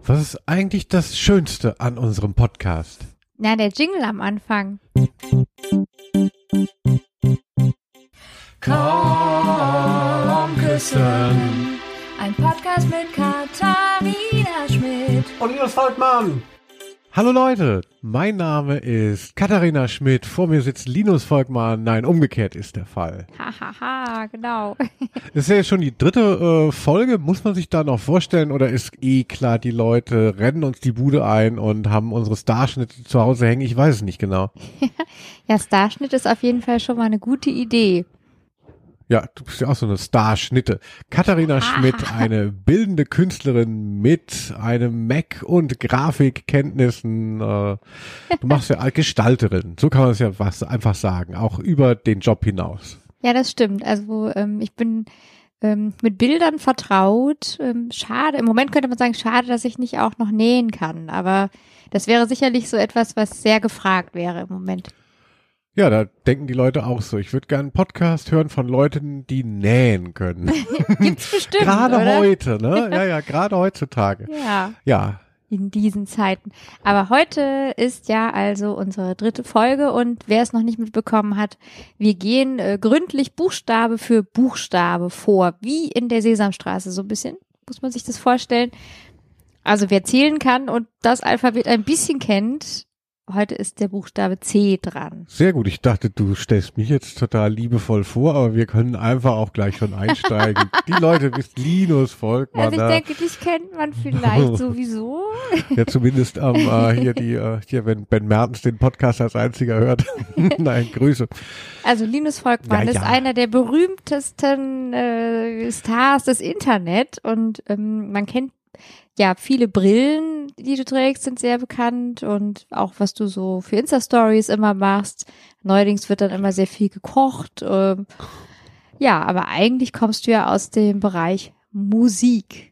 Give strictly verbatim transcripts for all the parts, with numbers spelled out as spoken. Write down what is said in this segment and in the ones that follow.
Was ist eigentlich das Schönste an unserem Podcast? Na, der Jingle am Anfang. Komm küssen. Ein Podcast mit Katharina Schmidt Und Linus Volkmann. Hallo Leute, mein Name ist Katharina Schmidt, vor mir sitzt Linus Volkmann, nein, umgekehrt ist der Fall. Hahaha, ha, ha, genau. Das ist ja jetzt schon die dritte äh, Folge, muss man sich da noch vorstellen oder ist eh klar, die Leute rennen uns die Bude ein und haben unsere Starschnitte zu Hause hängen, ich weiß es nicht genau. Ja, Starschnitt ist auf jeden Fall schon mal eine gute Idee. Ja, du bist ja auch so eine Starschnitte. Katharina Schmidt, eine bildende Künstlerin mit einem Mac- und Grafikkenntnissen. Äh, du machst ja Gestalterin, so kann man es ja was einfach sagen, auch über den Job hinaus. Ja, das stimmt. Also ähm, ich bin ähm, mit Bildern vertraut. Ähm, schade, im Moment könnte man sagen, schade, dass ich nicht auch noch nähen kann. Aber das wäre sicherlich so etwas, was sehr gefragt wäre im Moment. Ja, da denken die Leute auch so. Ich würde gerne einen Podcast hören von Leuten, die nähen können. Gibt's bestimmt, Gerade oder? heute, ne? Ja, ja, gerade heutzutage. Ja. Ja. In diesen Zeiten. Aber heute ist ja also unsere dritte Folge und wer es noch nicht mitbekommen hat, wir gehen äh, gründlich Buchstabe für Buchstabe vor, wie in der Sesamstraße so ein bisschen, muss man sich das vorstellen. Also wer zählen kann und das Alphabet ein bisschen kennt, heute ist der Buchstabe C dran. Sehr gut. Ich dachte, du stellst mich jetzt total liebevoll vor, aber wir können einfach auch gleich schon einsteigen. Die Leute bist Linus Volkmann. Also ich denke, dich kennt man vielleicht sowieso. Ja, zumindest ähm, äh, hier die, äh, hier, wenn Ben Mertens den Podcast als einziger hört. Nein, Grüße. Also Linus Volkmann Ja, ist ja. einer der berühmtesten äh, Stars des Internet und ähm, man kennt ja viele Brillen, die du trägst, sind sehr bekannt und auch was du so für Insta-Stories immer machst. Neuerdings wird dann immer sehr viel gekocht. Ähm, ja, aber eigentlich kommst du ja aus dem Bereich Musik.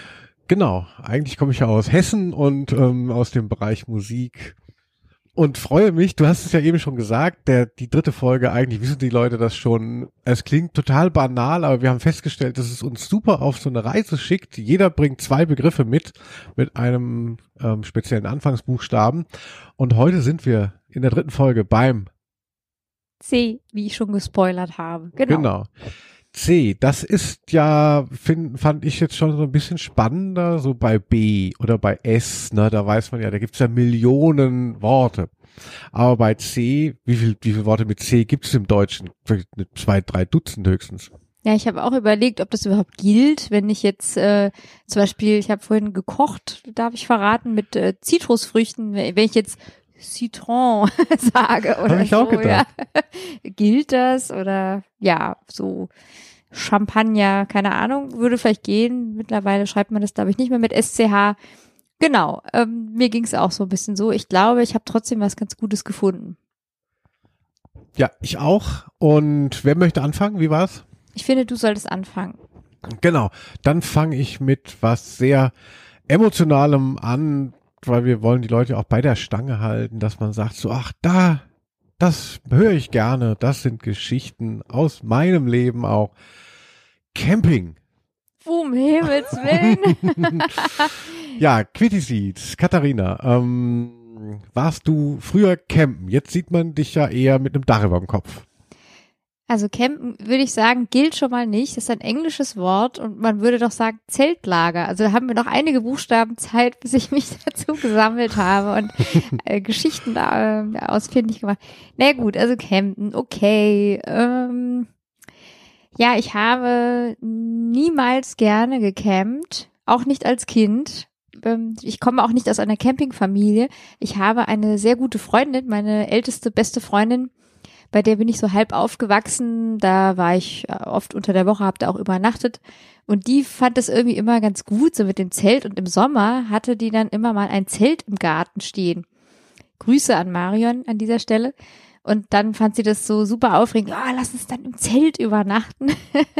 Genau, eigentlich komme ich ja aus Hessen und ähm, aus dem Bereich Musik und freue mich, du hast es ja eben schon gesagt, der die dritte Folge, eigentlich wissen die Leute das schon, es klingt total banal, aber wir haben festgestellt, dass es uns super auf so eine Reise schickt. Jeder bringt zwei Begriffe mit, mit einem ähm, speziellen Anfangsbuchstaben und heute sind wir in der dritten Folge beim C, wie ich schon gespoilert habe. Genau. Genau. C, das ist ja, find, fand ich jetzt schon so ein bisschen spannender, so bei B oder bei S, ne, da weiß man ja, da gibt's ja Millionen Worte. Aber bei C, wie viel, wie viele Worte mit C gibt's im Deutschen? Vielleicht zwei, drei Dutzend höchstens. Ja, ich habe auch überlegt, ob das überhaupt gilt, wenn ich jetzt äh, zum Beispiel, ich habe vorhin gekocht, darf ich verraten, mit äh, Zitrusfrüchten, wenn ich jetzt Citron sage oder Hab ich so, auch gedacht. Ja. Gilt das oder ja, so Champagner, keine Ahnung, würde vielleicht gehen. Mittlerweile schreibt man das, glaube ich, nicht mehr mit S C H. Genau, ähm, mir ging es auch so ein bisschen so. Ich glaube, ich habe trotzdem was ganz Gutes gefunden. Ja, ich auch. Und wer möchte anfangen? Wie war's? Ich finde, du solltest anfangen. Genau, dann fange ich mit was sehr Emotionalem an, weil wir wollen die Leute auch bei der Stange halten, dass man sagt so, ach da, das höre ich gerne, das sind Geschichten aus meinem Leben auch. Camping. Um Himmels Willen. Ja, Quittiseeds, Katharina, ähm, warst du früher campen? Jetzt sieht man dich ja eher mit einem Dach über dem Kopf. Also campen, würde ich sagen, gilt schon mal nicht. Das ist ein englisches Wort und man würde doch sagen Zeltlager. Also da haben wir noch einige Buchstaben Zeit, bis ich mich dazu gesammelt habe und äh, Geschichten äh, ausfindig gemacht. Na gut, also campen, okay. Ähm, ja, ich habe niemals gerne gecampt, auch nicht als Kind. Ähm, ich komme auch nicht aus einer Campingfamilie. Ich habe eine sehr gute Freundin, meine älteste, beste Freundin, bei der bin ich so halb aufgewachsen, da war ich oft unter der Woche, habe da auch übernachtet und die fand das irgendwie immer ganz gut, so mit dem Zelt und im Sommer hatte die dann immer mal ein Zelt im Garten stehen. Grüße an Marion an dieser Stelle und dann fand sie das so super aufregend, oh, lass uns dann im Zelt übernachten.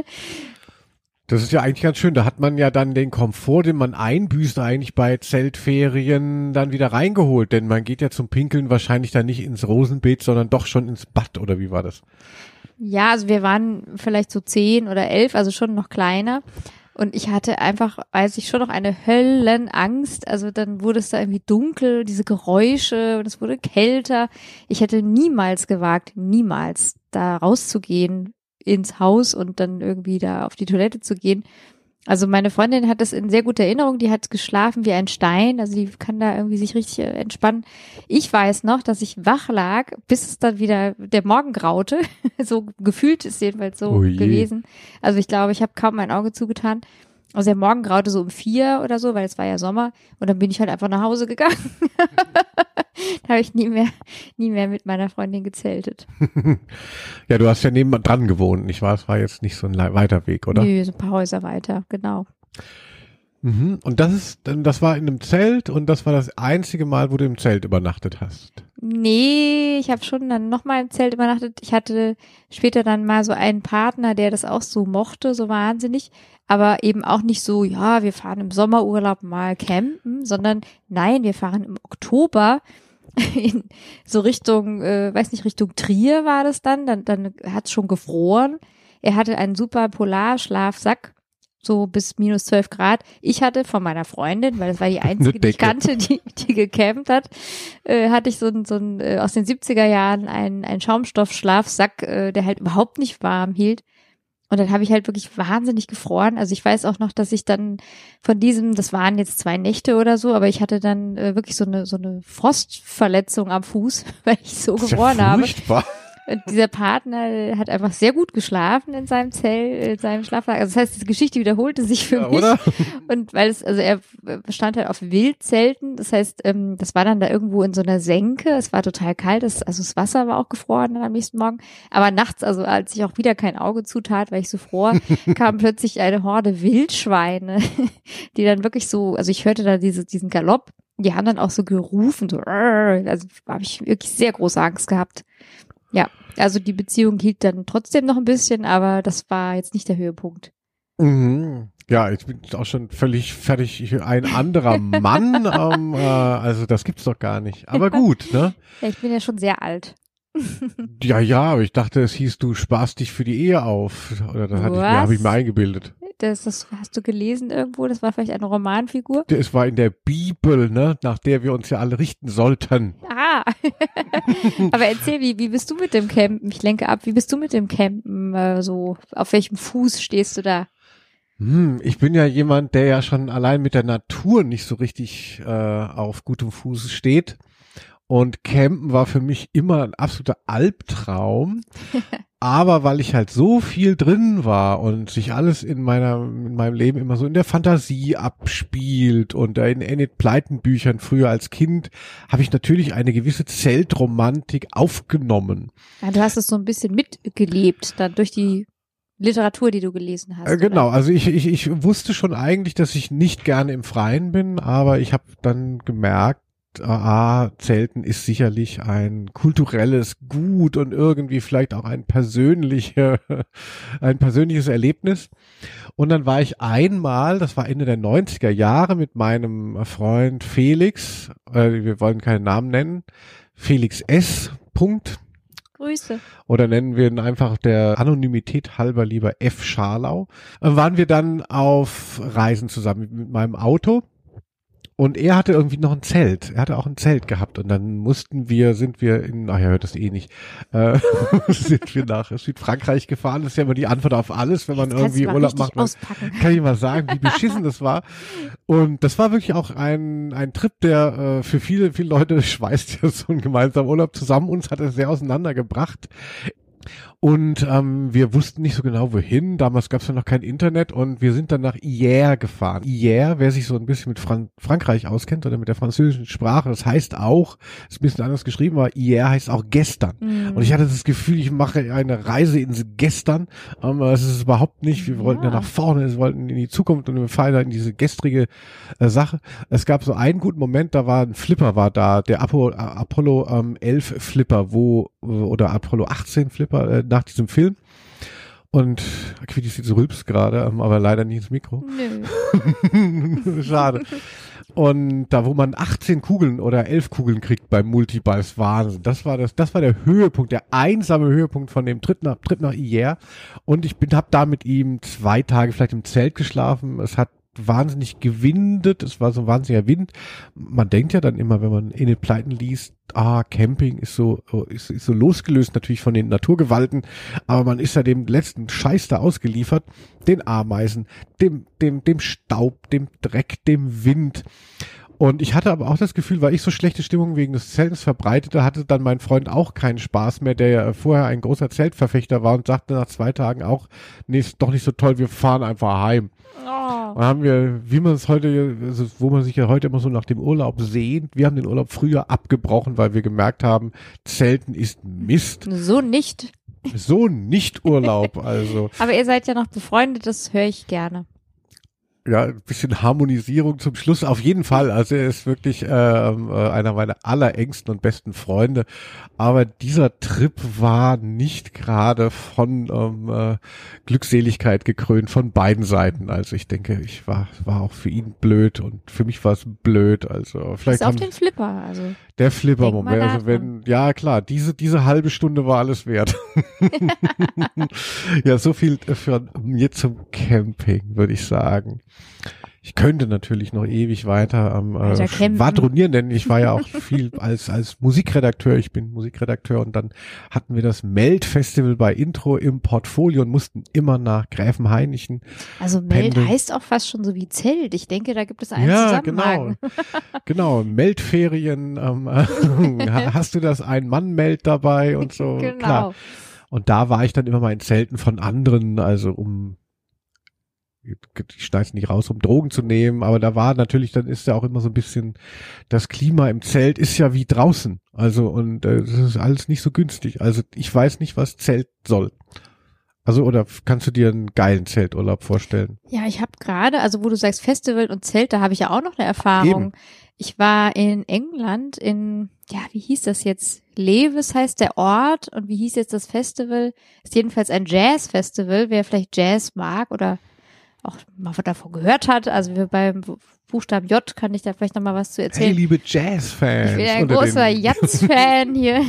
Das ist ja eigentlich ganz schön. Da hat man ja dann den Komfort, den man einbüßt eigentlich bei Zeltferien, dann wieder reingeholt. Denn man geht ja zum Pinkeln wahrscheinlich dann nicht ins Rosenbeet, sondern doch schon ins Bad. Oder wie war das? Ja, also wir waren vielleicht so zehn oder elf, also schon noch kleiner. Und ich hatte einfach, weiß ich schon noch eine Höllenangst. Also dann wurde es da irgendwie dunkel, diese Geräusche und es wurde kälter. Ich hätte niemals gewagt, niemals da rauszugehen ins Haus und dann irgendwie da auf die Toilette zu gehen. Also meine Freundin hat das in sehr guter Erinnerung, die hat geschlafen wie ein Stein, also die kann da irgendwie sich richtig entspannen. Ich weiß noch, dass ich wach lag, bis es dann wieder der Morgen graute, so gefühlt ist jedenfalls so Oh je. gewesen. Also ich glaube, ich habe kaum mein Auge zugetan. Also der Morgen graute so um vier oder so, weil es war ja Sommer und dann bin ich halt einfach nach Hause gegangen. Da habe ich nie mehr, nie mehr mit meiner Freundin gezeltet. Ja, du hast ja nebendran gewohnt, nicht wahr? Es war jetzt nicht so ein weiter Weg, oder? Nö, so ein paar Häuser weiter, genau. Mhm. Und das ist, das war in einem Zelt und das war das einzige Mal, wo du im Zelt übernachtet hast. Nee, ich habe schon dann nochmal im Zelt übernachtet. Ich hatte später dann mal so einen Partner, der das auch so mochte, so wahnsinnig, aber eben auch nicht so, ja, wir fahren im Sommerurlaub mal campen, sondern nein, wir fahren im Oktober in so Richtung, äh, weiß nicht, Richtung Trier war das dann, dann, dann hat es schon gefroren. Er hatte einen super Polarschlafsack, so bis minus zwölf Grad. Ich hatte von meiner Freundin, weil das war die einzige, die ich kannte, die, die gecampt hat, äh, hatte ich so ein, so ein äh, aus den siebziger Jahren einen, einen Schaumstoffschlafsack, äh, der halt überhaupt nicht warm hielt. Und dann habe ich halt wirklich wahnsinnig gefroren. Also ich weiß auch noch, dass ich dann von diesem, das waren jetzt zwei Nächte oder so, aber ich hatte dann äh, wirklich so eine so eine Frostverletzung am Fuß, weil ich so Das ist ja gefroren habe. furchtbar. Und dieser Partner hat einfach sehr gut geschlafen in seinem Zelt, in seinem Schlaflager. Also das heißt, diese Geschichte wiederholte sich für Ja, mich. oder? Und weil es, also er stand halt auf Wildzelten. Das heißt, ähm, das war dann da irgendwo in so einer Senke. Es war total kalt. Das, also das Wasser war auch gefroren dann am nächsten Morgen. Aber nachts, also als ich auch wieder kein Auge zutat, weil ich so fror, kam plötzlich eine Horde Wildschweine, die dann wirklich so, also ich hörte da diese, diesen Galopp. Die haben dann auch so gerufen, so, also habe ich wirklich sehr große Angst gehabt. Ja, also die Beziehung hielt dann trotzdem noch ein bisschen, aber das war jetzt nicht der Höhepunkt. Mhm. Ja, ich bin auch schon völlig fertig. Ein anderer Mann, ähm, äh, also das gibt's doch gar nicht. Aber gut, ne? Ja, ich bin ja schon sehr alt. Ja, ja, aber ich dachte, es hieß, du sparst dich für die Ehe auf. Oder das hatte ich mir, Was? habe ich mir eingebildet. Das, das hast du gelesen irgendwo? Das war vielleicht eine Romanfigur? Es war in der Bibel, ne, nach der wir uns ja alle richten sollten. Ah, aber erzähl, wie, wie bist du mit dem Campen? Ich lenke ab, wie bist du mit dem Campen äh, so? Auf welchem Fuß stehst du da? Hm, ich bin ja jemand, der ja schon allein mit der Natur nicht so richtig äh, auf gutem Fuß steht. Und Campen war für mich immer ein absoluter Albtraum. Aber weil ich halt so viel drin war und sich alles in meiner, in meinem Leben immer so in der Fantasie abspielt und in Enid Blyton Büchern früher als Kind, habe ich natürlich eine gewisse Zeltromantik aufgenommen. Ja, du hast es so ein bisschen mitgelebt, dann durch die Literatur, die du gelesen hast. Äh, genau, oder? also ich, ich, ich wusste schon eigentlich, dass ich nicht gerne im Freien bin, aber ich habe dann gemerkt, ah, Zelten ist sicherlich ein kulturelles Gut und irgendwie vielleicht auch ein persönlicher, ein persönliches Erlebnis. Und dann war ich einmal, das war Ende der neunziger Jahre, mit meinem Freund Felix, äh, wir wollen keinen Namen nennen, Felix S. Punkt. Grüße. Oder nennen wir ihn einfach der Anonymität halber lieber F. Scharlau, äh, waren wir dann auf Reisen zusammen mit, mit meinem Auto. Und er hatte irgendwie noch ein Zelt. Er hatte auch ein Zelt gehabt. Und dann mussten wir, sind wir in, ach ja, hört das eh nicht, äh, sind wir nach Südfrankreich gefahren. Das ist ja immer die Antwort auf alles, wenn man Jetzt kannst irgendwie du mal Urlaub richtig macht. Man, auspacken. kann ich mal sagen, wie beschissen das war. Und das war wirklich auch ein, ein Trip, der äh, für viele, viele Leute schweißt ja so ein gemeinsamer Urlaub zusammen. Uns hat er sehr auseinandergebracht. Und ähm, wir wussten nicht so genau wohin. Damals gab es ja noch kein Internet und wir sind dann nach Hyères gefahren. Hyères, wer sich so ein bisschen mit Fran- Frankreich auskennt oder mit der französischen Sprache, das heißt auch, ist ein bisschen anders geschrieben, aber Hyères heißt auch gestern. Mhm. Und ich hatte das Gefühl, ich mache eine Reise ins Gestern. Ähm, das ist es überhaupt nicht. Wir ja. wollten ja nach vorne, wir wollten in die Zukunft und wir fahren da in diese gestrige äh, Sache. Es gab so einen guten Moment, da war ein Flipper war da, der Apo, Apollo ähm, elf Flipper, wo oder Apollo achtzehn Flipper äh, nach diesem Film. Und Aquitis sieht so rülps gerade, aber leider nicht ins Mikro. Nö. Schade. Und da, wo man achtzehn Kugeln oder elf Kugeln kriegt beim Multiball, ist Wahnsinn. Das war das, das war der Höhepunkt, der einsame Höhepunkt von dem Trip nach, Trip nach Hyères. Und ich bin, hab da mit ihm zwei Tage vielleicht im Zelt geschlafen. Es hat wahnsinnig gewindet, es war so ein wahnsinniger Wind. Man denkt ja dann immer, wenn man in den Pleiten liest, ah, Camping ist so, ist, ist so losgelöst natürlich von den Naturgewalten, aber man ist ja dem letzten Scheiß da ausgeliefert, den Ameisen, dem, dem, dem Staub, dem Dreck, dem Wind. Und ich hatte aber auch das Gefühl, weil ich so schlechte Stimmung wegen des Zeltens verbreitete, hatte dann mein Freund auch keinen Spaß mehr, der ja vorher ein großer Zeltverfechter war und sagte nach zwei Tagen auch, nee, ist doch nicht so toll, wir fahren einfach heim. Oh. Und haben wir, wie man es heute, also wo man sich ja heute immer so nach dem Urlaub sehnt, wir haben den Urlaub früher abgebrochen, weil wir gemerkt haben, Zelten ist Mist. So nicht. So nicht Urlaub, also. Aber ihr seid ja noch befreundet, das höre ich gerne. Ja, ein bisschen Harmonisierung zum Schluss, auf jeden Fall. Also er ist wirklich ähm, äh, einer meiner allerengsten und besten Freunde. Aber dieser Trip war nicht gerade von ähm, äh, Glückseligkeit gekrönt, von beiden Seiten. Also ich denke, ich war war auch für ihn blöd und für mich war es blöd. Also vielleicht ist auf haben, den Flipper, also. der Flipper-Moment. Also wenn, ja klar, diese diese halbe Stunde war alles wert. Ja, so viel für mir zum Camping, würde ich sagen. Ich könnte natürlich noch ewig weiter am äh, schwadronieren, denn ich war ja auch viel als als Musikredakteur. Ich bin Musikredakteur und dann hatten wir das Melt-Festival bei Intro im Portfolio und mussten immer nach Gräfenhainichen. Also Melt pendeln. Heißt auch fast schon so wie Zelt. Ich denke, da gibt es einen ja, Zusammenhang. Genau, genau. Meltferien. Ähm, hast du das Ein-Mann-Melt dabei und so? Genau. Klar. Und da war ich dann immer mal in Zelten von anderen, also um ich schneide nicht raus, um Drogen zu nehmen, aber da war natürlich, dann ist ja auch immer so ein bisschen, das Klima im Zelt ist ja wie draußen, also und äh, das ist alles nicht so günstig, also ich weiß nicht, was Zelt soll. Also oder kannst du dir einen geilen Zelturlaub vorstellen? Ja, ich habe gerade, also wo du sagst Festival und Zelt, da habe ich ja auch noch eine Erfahrung. Eben. Ich war in England in, ja, wie hieß das jetzt? Lewes heißt der Ort und wie hieß jetzt das Festival? Ist jedenfalls ein Jazz-Festival, wer vielleicht Jazz mag oder auch mal davon gehört hat, also wir beim Buchstaben J kann ich da vielleicht noch mal was zu erzählen. Hey, liebe Jazz-Fans. Ich bin ein großer Jazz-Fan hier.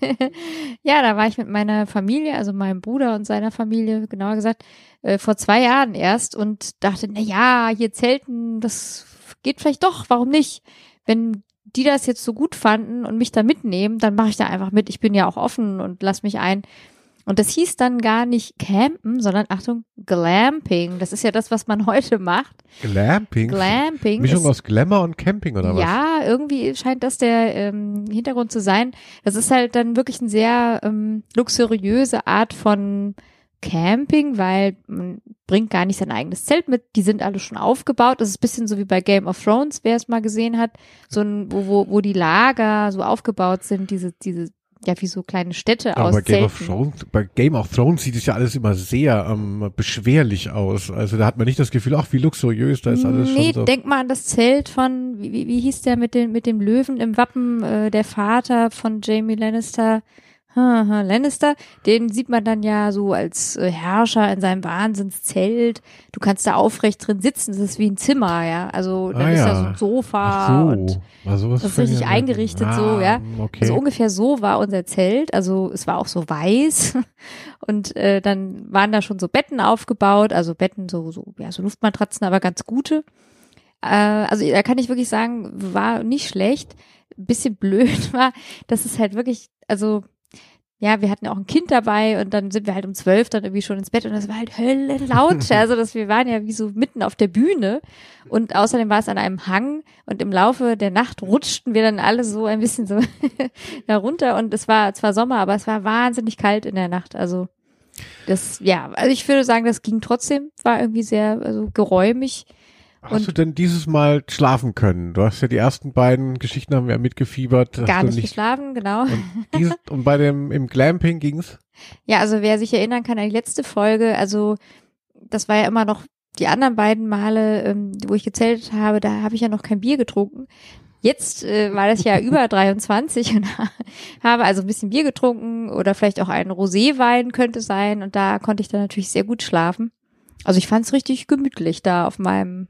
Ja, da war ich mit meiner Familie, also meinem Bruder und seiner Familie, genauer gesagt, äh, vor zwei Jahren erst und dachte, na ja, hier Zelten, das geht vielleicht doch, warum nicht? Wenn die das jetzt so gut fanden und mich da mitnehmen, dann mache ich da einfach mit. Ich bin ja auch offen und lass mich ein. Und das hieß dann gar nicht Campen, sondern Achtung, Glamping. Das ist ja das, was man heute macht. Glamping? Glamping. Mischung ist, aus Glamour und Camping oder was? Ja, irgendwie scheint das der ähm, Hintergrund zu sein. Das ist halt dann wirklich eine sehr ähm, luxuriöse Art von Camping, weil man bringt gar nicht sein eigenes Zelt mit. Die sind alle schon aufgebaut. Das ist ein bisschen so wie bei Game of Thrones, wer es mal gesehen hat. So ein, wo, wo, wo die Lager so aufgebaut sind, diese, diese ja, wie so kleine Städte aber aus bei Game Zelten. of Thrones, bei Game of Thrones sieht es ja alles immer sehr ähm, beschwerlich aus. Also da hat man nicht das Gefühl, ach, wie luxuriös, da ist alles nee, schon so. Denk mal an das Zelt von, wie, wie, wie hieß der mit dem, mit dem Löwen im Wappen, äh, der Vater von Jaime Lannister, ha, ha, Lannister, den sieht man dann ja so als äh, Herrscher in seinem Wahnsinnszelt. Du kannst da aufrecht drin sitzen, das ist wie ein Zimmer, ja. Also dann ah, ist ja. da so ein Sofa Ach so. und also, das ist richtig eingerichtet ah, so, ja. Okay. Also ungefähr so war unser Zelt. Also es war auch so weiß und äh, dann waren da schon so Betten aufgebaut, also Betten so so ja so Luftmatratzen, aber ganz gute. Äh, also da kann ich wirklich sagen, war nicht schlecht. Ein bisschen blöd war, dass es halt wirklich, also ja, wir hatten auch ein Kind dabei und dann sind wir halt um zwölf dann irgendwie schon ins Bett und das war halt höllenlaut. Also dass wir waren ja wie so mitten auf der Bühne und außerdem war es an einem Hang und im Laufe der Nacht rutschten wir dann alle so ein bisschen so da runter und es war zwar Sommer, aber es war wahnsinnig kalt in der Nacht. Also das, ja, also ich würde sagen, das ging trotzdem, war irgendwie sehr also geräumig. Hast und du denn dieses Mal schlafen können? Du hast ja die ersten beiden Geschichten haben wir ja mitgefiebert. Gar hast du nicht, nicht geschlafen, genau. Und, dieses, und bei dem im Glamping ging's? Ja, also wer sich erinnern kann an die letzte Folge, also das war ja immer noch die anderen beiden Male, ähm, wo ich gezeltet habe, da habe ich ja noch kein Bier getrunken. Jetzt äh, war das ja über dreiundzwanzig und habe also ein bisschen Bier getrunken oder vielleicht auch einen Roséwein könnte sein und da konnte ich dann natürlich sehr gut schlafen. Also ich fand es richtig gemütlich da auf meinem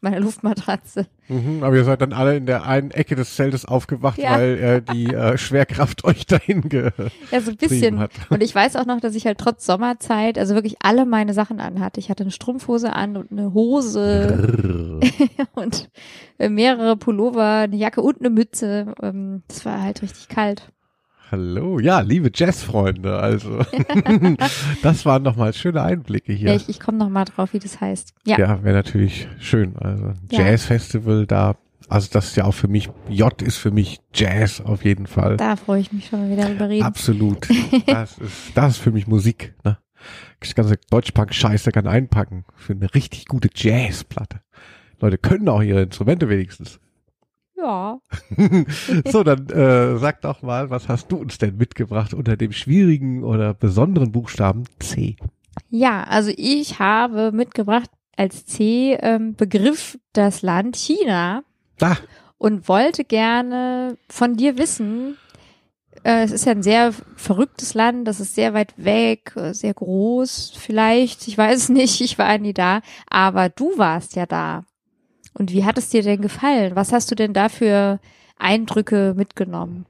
meiner Luftmatratze. Mhm, aber ihr seid dann alle in der einen Ecke des Zeltes aufgewacht, Ja. weil äh, die äh, Schwerkraft euch dahin ge Ja, so ein bisschen. hat. Und ich weiß auch noch, dass ich halt trotz Sommerzeit also wirklich alle meine Sachen anhatte. Ich hatte eine Strumpfhose an und eine Hose und äh, mehrere Pullover, eine Jacke und eine Mütze. Ähm, Das war halt richtig kalt. Hallo, ja, liebe Jazzfreunde, also das waren nochmal schöne Einblicke hier. Ja, ich, ich komme noch mal drauf, wie das heißt. Ja, Ja, wäre natürlich schön. Also ein Ja. Jazzfestival da, also das ist ja auch für mich, J ist für mich Jazz auf jeden Fall. da freue ich mich schon mal wieder drüber reden. Absolut. Das ist, das ist für mich Musik. Ne? Das ganze Deutschpunk-Scheiße kann einpacken für eine richtig gute Jazzplatte. Leute können auch ihre Instrumente wenigstens. Ja. So, dann äh, sag doch mal, was hast du uns denn mitgebracht unter dem schwierigen oder besonderen Buchstaben C? Ja, also ich habe mitgebracht als C ähm, Begriff das Land China Da, und wollte gerne von dir wissen, äh, es ist ja ein sehr verrücktes Land, das ist sehr weit weg, äh, sehr groß vielleicht, ich weiß es nicht, ich war nie da, aber du warst ja da. Und wie hat es dir denn gefallen? Was hast du denn da für Eindrücke mitgenommen?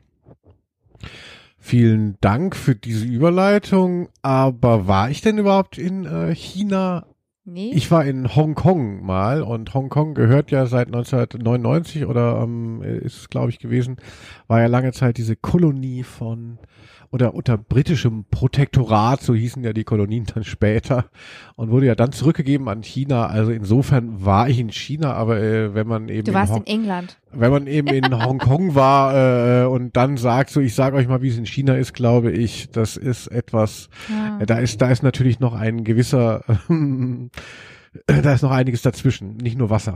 vielen Dank für diese Überleitung. Aber war ich denn überhaupt in äh, China? Nee? Ich war in Hongkong mal und Hongkong gehört ja seit neunzehnhundertneunundneunzig oder ähm, ist es glaube ich gewesen, war ja lange Zeit diese Kolonie von oder unter britischem Protektorat, so hießen ja die Kolonien dann später und wurde ja dann zurückgegeben an China. Also insofern war ich in China, aber äh, wenn man eben Du warst in, in England. wenn man eben in Hongkong war äh, und dann sagt so, ich sage euch mal, wie es in China ist, glaube ich, das ist etwas, Ja. äh, da ist da ist natürlich noch ein gewisser, äh, da ist noch einiges dazwischen, nicht nur Wasser.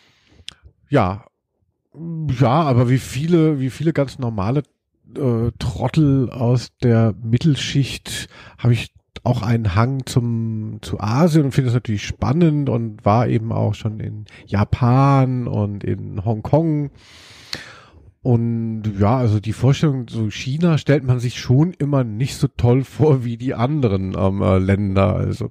Ja, ja, aber wie viele, wie viele ganz normale äh, Trottel aus der Mittelschicht habe ich auch einen Hang zum zu Asien und finde es natürlich spannend und war eben auch schon in Japan und in Hongkong. Und ja, also die Vorstellung, so China stellt man sich schon immer nicht so toll vor wie die anderen ähm, äh, Länder. Also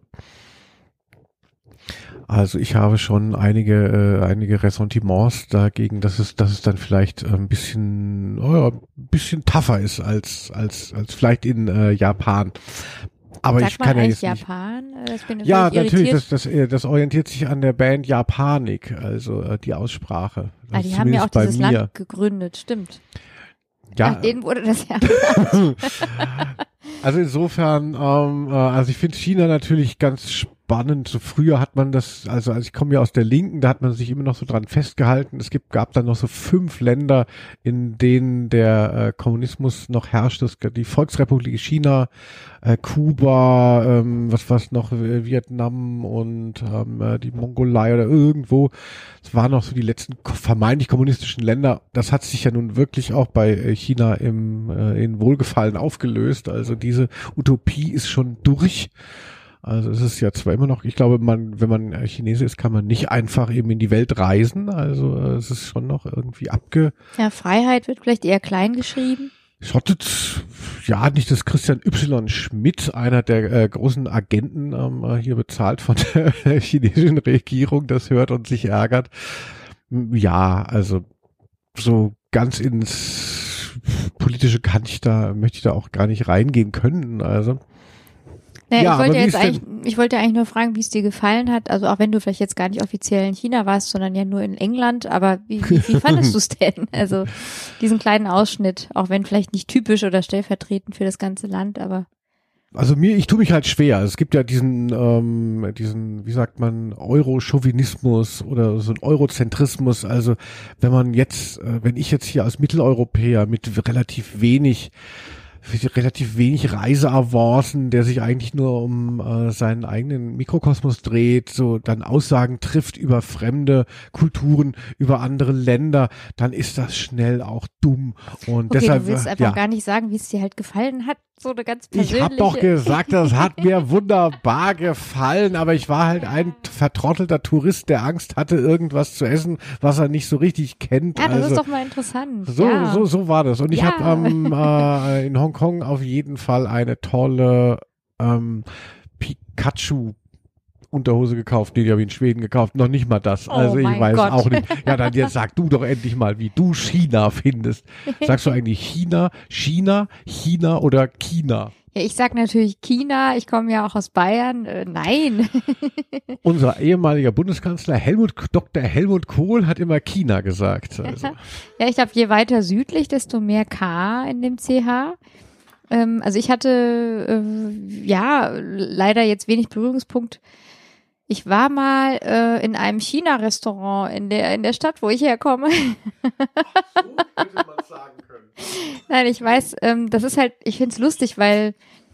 also ich habe schon einige äh, einige Ressentiments dagegen, dass es dass es dann vielleicht äh, ein bisschen oh ja, ein bisschen tougher ist als als als vielleicht in äh, Japan. Aber Sag ich mal kann ja eigentlich jetzt nicht. Japan? Äh, Ich bin Ja, völlig natürlich, irritiert. das, das, äh, das orientiert sich an der Band Japanik, also äh, die Aussprache. Ah, Also die haben ja auch zumindest bei dieses mir. Land gegründet, stimmt. Ja, Nach denen wurde das ja. also insofern, ähm, äh, also ich finde China natürlich ganz spannend. So früher hat man das, also als ich komme ja aus der Linken, da hat man sich immer noch so dran festgehalten. Es gibt, gab dann noch so fünf Länder, in denen der äh, Kommunismus noch herrscht. Das, die Volksrepublik China, äh, Kuba, ähm, was was noch, äh, Vietnam und ähm, äh, die Mongolei oder irgendwo. Es waren noch so die letzten ko- vermeintlich kommunistischen Länder. Das hat sich ja nun wirklich auch bei äh, China im äh, in Wohlgefallen aufgelöst. Also diese Utopie ist schon durch. Also es ist ja zwar immer noch, ich glaube, man, wenn man Chinese ist, kann man nicht einfach eben in die Welt reisen. Also äh, es ist schon noch irgendwie abge Ja, Freiheit wird vielleicht eher klein geschrieben. schottet. Ja, nicht, dass Christian Y. Schmidt, einer der äh, großen Agenten, ähm, hier bezahlt von der chinesischen Regierung, das hört und sich ärgert. Ja, also so ganz ins politische kann ich da, möchte ich da auch gar nicht reingehen können. Also Naja, Ja, ich wollte aber wie jetzt ist denn- eigentlich, ich wollte eigentlich nur fragen, wie es dir gefallen hat. Also auch wenn du vielleicht jetzt gar nicht offiziell in China warst, sondern ja nur in England. Aber wie, wie, wie fandest du es denn? Also diesen kleinen Ausschnitt, auch wenn vielleicht nicht typisch oder stellvertretend für das ganze Land, aber Also mir, ich tue mich halt schwer. Es gibt ja diesen, ähm, diesen, wie sagt man, Euro-Chauvinismus oder so ein Eurozentrismus. Also wenn man jetzt, äh, wenn ich jetzt hier als Mitteleuropäer mit relativ wenig, relativ wenig Reiseavancen, der sich eigentlich nur um äh, seinen eigenen Mikrokosmos dreht, so dann Aussagen trifft über fremde Kulturen, über andere Länder, dann ist das schnell auch dumm. Und okay, deshalb, du willst äh, einfach ja. gar nicht sagen, wie es dir halt gefallen hat. So eine ganz persönliche. Ich habe doch gesagt, das hat mir wunderbar gefallen, aber ich war halt ein vertrottelter Tourist, der Angst hatte, irgendwas zu essen, was er nicht so richtig kennt. Ja, das also, ist doch mal interessant. so, ja. so, so war das. Und ich Ja. habe ähm, äh, in Hongkong auf jeden Fall eine tolle ähm, Pikachu Unterhose gekauft, nee, die habe ich in Schweden gekauft, noch nicht mal das. Oh Also ich mein weiß Gott. auch nicht. Ja, dann jetzt sag du doch endlich mal, wie du China findest. Sagst du eigentlich China, China, China oder China? Ja, ich sag natürlich China, ich komme ja auch aus Bayern. Äh, nein. Unser ehemaliger Bundeskanzler Helmut, Doktor Helmut Kohl hat immer China gesagt. Also. Ja, ich glaube, je weiter südlich, desto mehr K in dem C H. Ähm, also ich hatte, äh, ja, leider jetzt wenig Berührungspunkt. Ich war mal äh, in einem China-Restaurant in der in der Stadt, wo ich herkomme. So könnte man sagen können. Nein, ich weiß, ähm, das ist halt, ich find's lustig, weil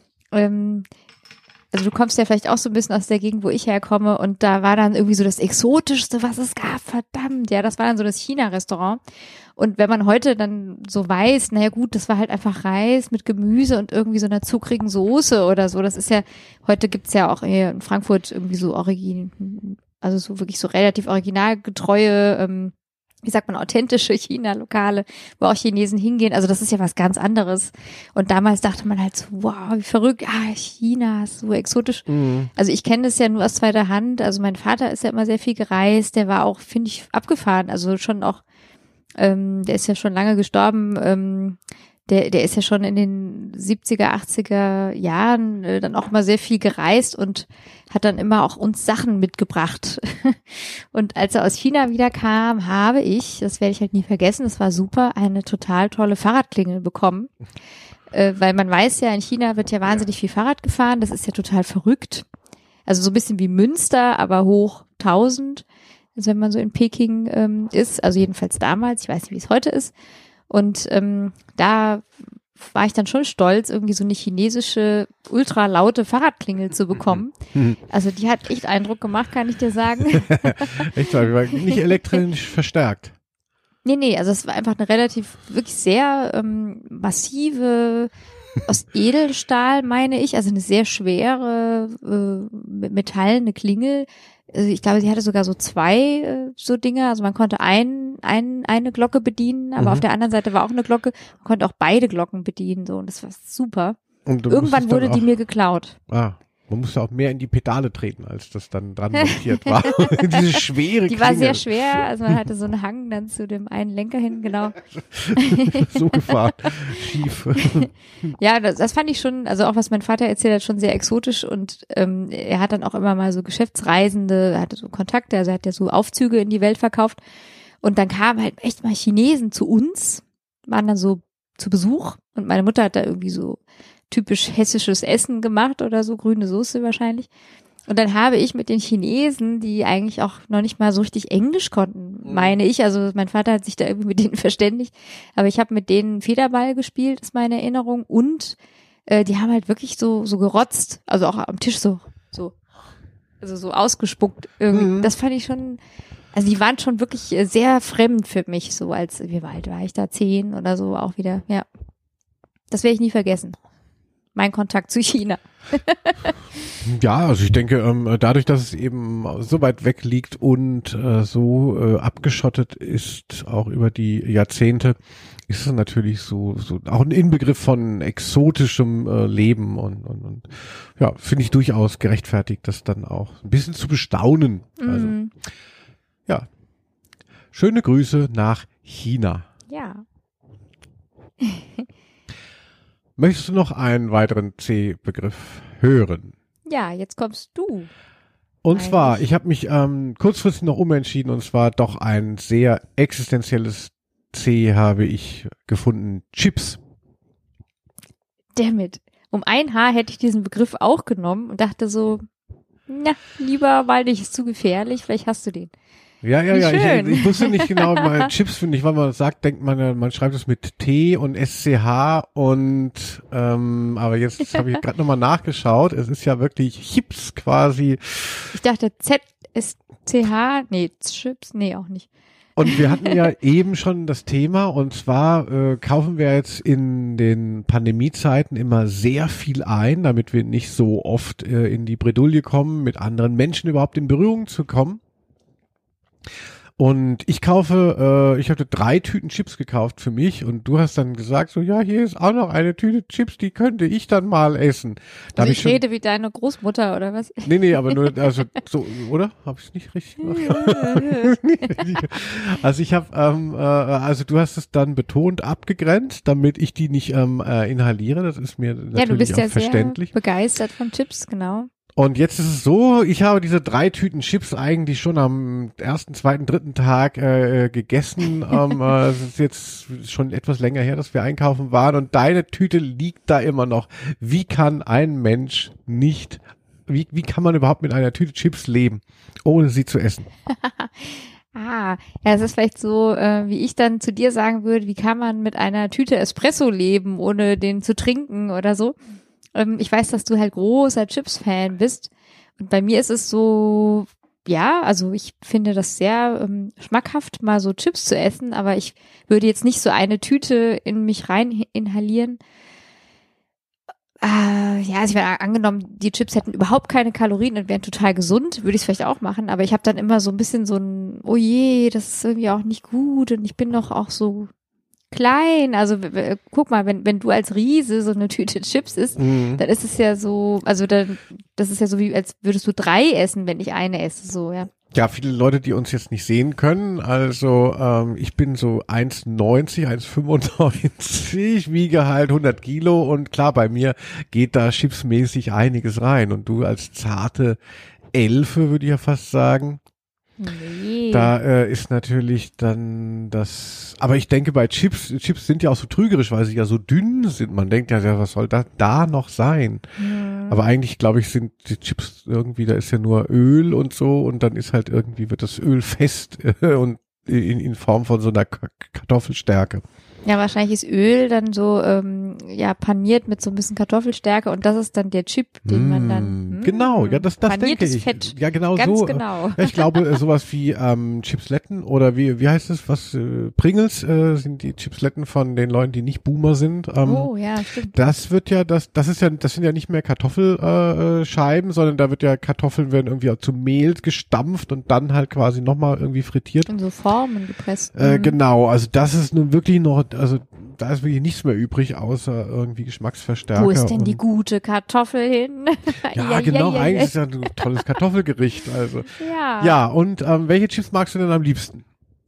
ähm, also du kommst ja vielleicht auch so ein bisschen aus der Gegend, wo ich herkomme, und da war dann irgendwie so das Exotischste, was es gab, verdammt, ja, das war dann so das China-Restaurant. Und wenn man heute dann so weiß, naja gut, das war halt einfach Reis mit Gemüse und irgendwie so einer zuckrigen Soße oder so, das ist ja, heute gibt's ja auch hier in Frankfurt irgendwie so origin, also so wirklich so relativ originalgetreue, ähm, wie sagt man, authentische China-Lokale, wo auch Chinesen hingehen. Also das ist ja was ganz anderes. Und damals dachte man halt so, wow, wie verrückt, ah, China, so exotisch. Mhm. Also ich kenne das ja nur aus zweiter Hand. Also mein Vater ist ja immer sehr viel gereist. Der war auch, finde ich, abgefahren. Also schon auch, ähm, der ist ja schon lange gestorben. Ähm, der, der ist ja schon in den siebziger, achtziger Jahren äh, dann auch immer sehr viel gereist und hat dann immer auch uns Sachen mitgebracht. Und als er aus China wiederkam, habe ich, das werde ich halt nie vergessen, das war super, eine total tolle Fahrradklingel bekommen. Äh, weil man weiß ja, in China wird ja wahnsinnig viel Fahrrad gefahren, das ist ja total verrückt. Also so ein bisschen wie Münster, aber hoch tausend, also wenn man so in Peking ähm, ist, also jedenfalls damals, ich weiß nicht, wie es heute ist. Und ähm, da war ich dann schon stolz, irgendwie so eine chinesische, ultra laute Fahrradklingel zu bekommen. Also die hat echt Eindruck gemacht, kann ich dir sagen. Echt, weil wir waren nicht elektrisch verstärkt. Nee, nee, also es war einfach eine relativ, wirklich sehr ähm, massive, aus Edelstahl, meine ich, also eine sehr schwere, äh, metallene Klingel. Also ich glaube, sie hatte sogar so zwei äh, so Dinge, also man konnte ein, ein, eine Glocke bedienen, aber Mhm. auf der anderen Seite war auch eine Glocke, man konnte auch beide Glocken bedienen, so, und das war super. Und du Irgendwann musstest wurde dann die auch, mir geklaut. Ah, man musste auch mehr in die Pedale treten, als das dann dran montiert war. Diese schwere Die war Klingel. sehr schwer, also man hatte so einen Hang dann zu dem einen Lenker hin, genau. So gefahren. Schief. Ja, das, das fand ich schon, also auch was mein Vater erzählt hat, schon sehr exotisch, und ähm, er hat dann auch immer mal so Geschäftsreisende, er hatte so Kontakte, also er hat ja so Aufzüge in die Welt verkauft, und dann kamen halt echt mal Chinesen zu uns, waren dann so zu Besuch, und meine Mutter hat da irgendwie so typisch hessisches Essen gemacht oder so, grüne Soße wahrscheinlich. Und dann habe ich mit den Chinesen, die eigentlich auch noch nicht mal so richtig Englisch konnten, meine ich, also mein Vater hat sich da irgendwie mit denen verständigt, aber ich habe mit denen Federball gespielt, ist meine Erinnerung, und äh, die haben halt wirklich so so gerotzt, also auch am Tisch so so also so ausgespuckt irgendwie. Mhm. Das fand ich schon, also die waren schon wirklich äh, sehr fremd für mich, so als, wie alt war ich da, zehn oder so auch wieder, ja. Das werde ich nie vergessen. Mein Kontakt zu China. Ja, also ich denke, ähm, dadurch, dass es eben so weit weg liegt und äh, so äh, abgeschottet ist, auch über die Jahrzehnte, ist es natürlich so, so auch ein Inbegriff von exotischem äh, Leben, und, und, und ja, finde ich durchaus gerechtfertigt, das dann auch ein bisschen zu bestaunen. Also Mhm. ja, schöne Grüße nach China. Ja. Möchtest du noch einen weiteren C-Begriff hören? Ja, jetzt kommst du. Und Eigentlich. zwar, ich habe mich ähm, kurzfristig noch umentschieden, und zwar doch ein sehr existenzielles C habe ich gefunden. Chips. Dammit. Um ein Haar hätte ich diesen Begriff auch genommen und dachte so, na, lieber, weil nicht, ist zu gefährlich, vielleicht hast du den. Ja, ja, Wie ja. schön. Ich, ich wusste nicht genau, bei Chips finde ich, wenn man sagt, denkt man, ja, man schreibt es mit T und S C H und ähm, aber jetzt habe ich gerade nochmal nachgeschaut. Es ist ja wirklich Chips quasi. Ich dachte Z S C H, nee, Chips, nee, auch nicht. Und wir hatten ja eben schon das Thema, und zwar äh, kaufen wir jetzt in den Pandemiezeiten immer sehr viel ein, damit wir nicht so oft äh, in die Bredouille kommen, mit anderen Menschen überhaupt in Berührung zu kommen. Und ich kaufe, äh, ich hatte drei Tüten Chips gekauft für mich und du hast dann gesagt, so, ja, hier ist auch noch eine Tüte Chips, die könnte ich dann mal essen. Da Also hab ich schon, rede wie deine Großmutter oder was? Nee, nee, aber nur, also so, oder? Habe ich es nicht richtig gemacht? Also ich habe, ähm, äh, also du hast es dann betont abgegrenzt, damit ich die nicht ähm, äh, inhaliere. Das ist mir natürlich Ja, du bist auch ja verständlich. sehr begeistert von Chips, genau. Und jetzt ist es so, ich habe diese drei Tüten Chips eigentlich schon am ersten, zweiten, dritten Tag äh, gegessen. ähm, äh, es ist jetzt schon etwas länger her, dass wir einkaufen waren und deine Tüte liegt da immer noch. Wie kann ein Mensch nicht, wie, wie kann man überhaupt mit einer Tüte Chips leben, ohne sie zu essen? Ah, ja, es ist vielleicht so, äh, wie ich dann zu dir sagen würde, wie kann man mit einer Tüte Espresso leben, ohne den zu trinken oder so. Ähm, ich weiß, dass du halt großer Chips-Fan bist. Und bei mir ist es so, ja, also ich finde das sehr ähm, schmackhaft, mal so Chips zu essen, aber ich würde jetzt nicht so eine Tüte in mich rein inhalieren. Äh, ja, also ich wäre angenommen, die Chips hätten überhaupt keine Kalorien und wären total gesund, würde ich es vielleicht auch machen, aber ich habe dann immer so ein bisschen so ein, oh je, das ist irgendwie auch nicht gut und ich bin doch auch so klein, also w- w- guck mal, wenn wenn du als Riese so eine Tüte Chips isst, Mhm. dann ist es ja so, also dann, das ist ja so wie, als würdest du drei essen, wenn ich eine esse, so, ja. Ja, viele Leute, die uns jetzt nicht sehen können, also ähm, ich bin so eins neunzig, eins fünfundneunzig, wiege halt hundert Kilo und klar, bei mir geht da chipsmäßig einiges rein und du als zarte Elfe, würde ich ja fast sagen, Nee. da äh, ist natürlich dann das, aber ich denke bei Chips, Chips sind ja auch so trügerisch, weil sie ja so dünn sind. Man denkt ja, ja, was soll da da noch sein? Hm. Aber eigentlich, glaube ich, sind die Chips irgendwie, da ist ja nur Öl und so und dann ist halt irgendwie, wird das Öl fest äh, und in, in Form von so einer K- Kartoffelstärke. Ja, wahrscheinlich ist Öl dann so, ähm, ja, paniert mit so ein bisschen Kartoffelstärke und das ist dann der Chip, den man dann, Mm, genau, ja, das, das denke paniertes ich. Fett. Ja, genau Ganz so. genau. Ja, ich glaube, äh, sowas wie ähm, Chipsletten oder wie wie heißt es, was äh, Pringles äh, sind die Chipsletten von den Leuten, die nicht Boomer sind. Ähm, Oh, ja, stimmt. Das wird ja, das, das ist ja, das sind ja nicht mehr Kartoffelscheiben, äh, Scheiben, sondern da wird ja Kartoffeln werden irgendwie auch zu Mehl gestampft und dann halt quasi nochmal irgendwie frittiert. In so Formen gepresst. Äh, Mhm. genau, also das ist nun wirklich noch, also da ist wirklich nichts mehr übrig, außer irgendwie Geschmacksverstärker. Wo ist denn die und- gute Kartoffel hin? Ja, genau, eigentlich ist ja ein tolles Kartoffelgericht, also. Ja. Ja, und ähm, welche Chips magst du denn am liebsten?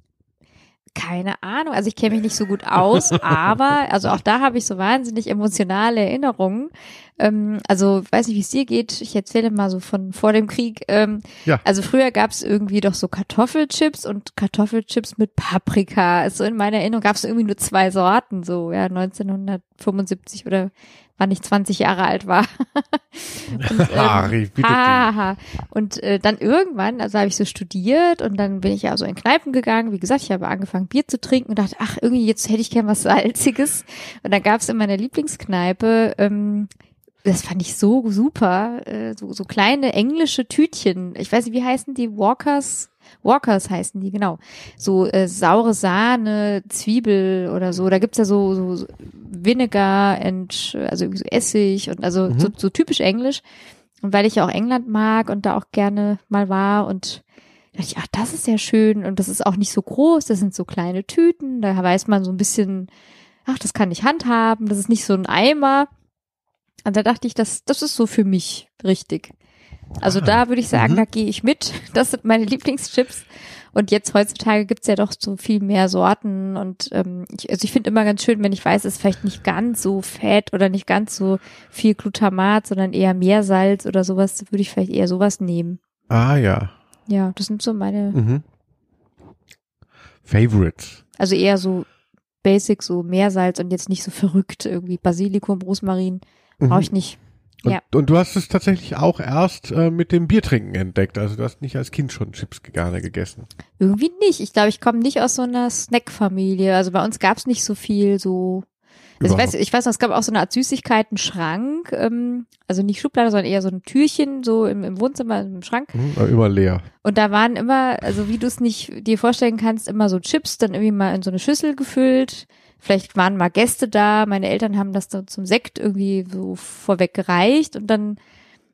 Keine Ahnung, also ich kenne mich nicht so gut aus, aber also auch da habe ich so wahnsinnig emotionale Erinnerungen. Ähm, also ich weiß nicht, wie es dir geht. Ich erzähle mal so von vor dem Krieg. Ähm, Ja. Also früher gab es irgendwie doch so Kartoffelchips und Kartoffelchips mit Paprika. Also in meiner Erinnerung gab es irgendwie nur zwei Sorten, so ja neunzehnhundertfünfundsiebzig oder wann ich zwanzig Jahre alt war. Und, ähm, Harry, bitte. ha, ha. Und äh, dann irgendwann, also habe ich so studiert und dann bin ich ja so in Kneipen gegangen. Wie gesagt, ich habe angefangen Bier zu trinken und dachte, ach irgendwie jetzt hätte ich gern was Salziges. Und dann gab es in meiner Lieblingskneipe, ähm, das fand ich so super, äh, so, so kleine englische Tütchen. Ich weiß nicht, wie heißen die? Walkers? Walkers heißen die, genau. So äh, saure Sahne, Zwiebel oder so. Da gibt's ja so, so, so Vinegar und also irgendwie so Essig und also Mhm. so, so typisch Englisch. Und weil ich ja auch England mag und da auch gerne mal war und dachte ich, ach, das ist ja schön und das ist auch nicht so groß, das sind so kleine Tüten, da weiß man so ein bisschen, ach, das kann ich handhaben, das ist nicht so ein Eimer. Und da dachte ich, das, das ist so für mich richtig. Also Ah, da würde ich sagen, mhm. da gehe ich mit. Das sind meine Lieblingschips. Und jetzt heutzutage gibt's ja doch so viel mehr Sorten. Und ähm, ich, also ich finde immer ganz schön, wenn ich weiß, es ist vielleicht nicht ganz so fett oder nicht ganz so viel Glutamat, sondern eher Meersalz oder sowas, würde ich vielleicht eher sowas nehmen. Ah, ja. Ja, das sind so meine, Mhm. Favorites. also eher so basic, so Meersalz und jetzt nicht so verrückt irgendwie Basilikum, Rosmarin. Brauche ich nicht. Und, Ja. und du hast es tatsächlich auch erst äh, mit dem Biertrinken entdeckt. Also du hast nicht als Kind schon Chips gerne gegessen. Irgendwie nicht. Ich glaube, ich komme nicht aus so einer Snackfamilie. Also bei uns gab es nicht so viel so. Also ich weiß, ich weiß noch, es gab auch so eine Art Süßigkeiten-Schrank, ähm, also nicht Schublade, sondern eher so ein Türchen, so im, im Wohnzimmer, im Schrank. Mhm, aber immer leer. Und da waren immer, also wie du es nicht dir vorstellen kannst, immer so Chips, dann irgendwie mal in so eine Schüssel gefüllt. Vielleicht waren mal Gäste da, meine Eltern haben das dann zum Sekt irgendwie so vorweg gereicht und dann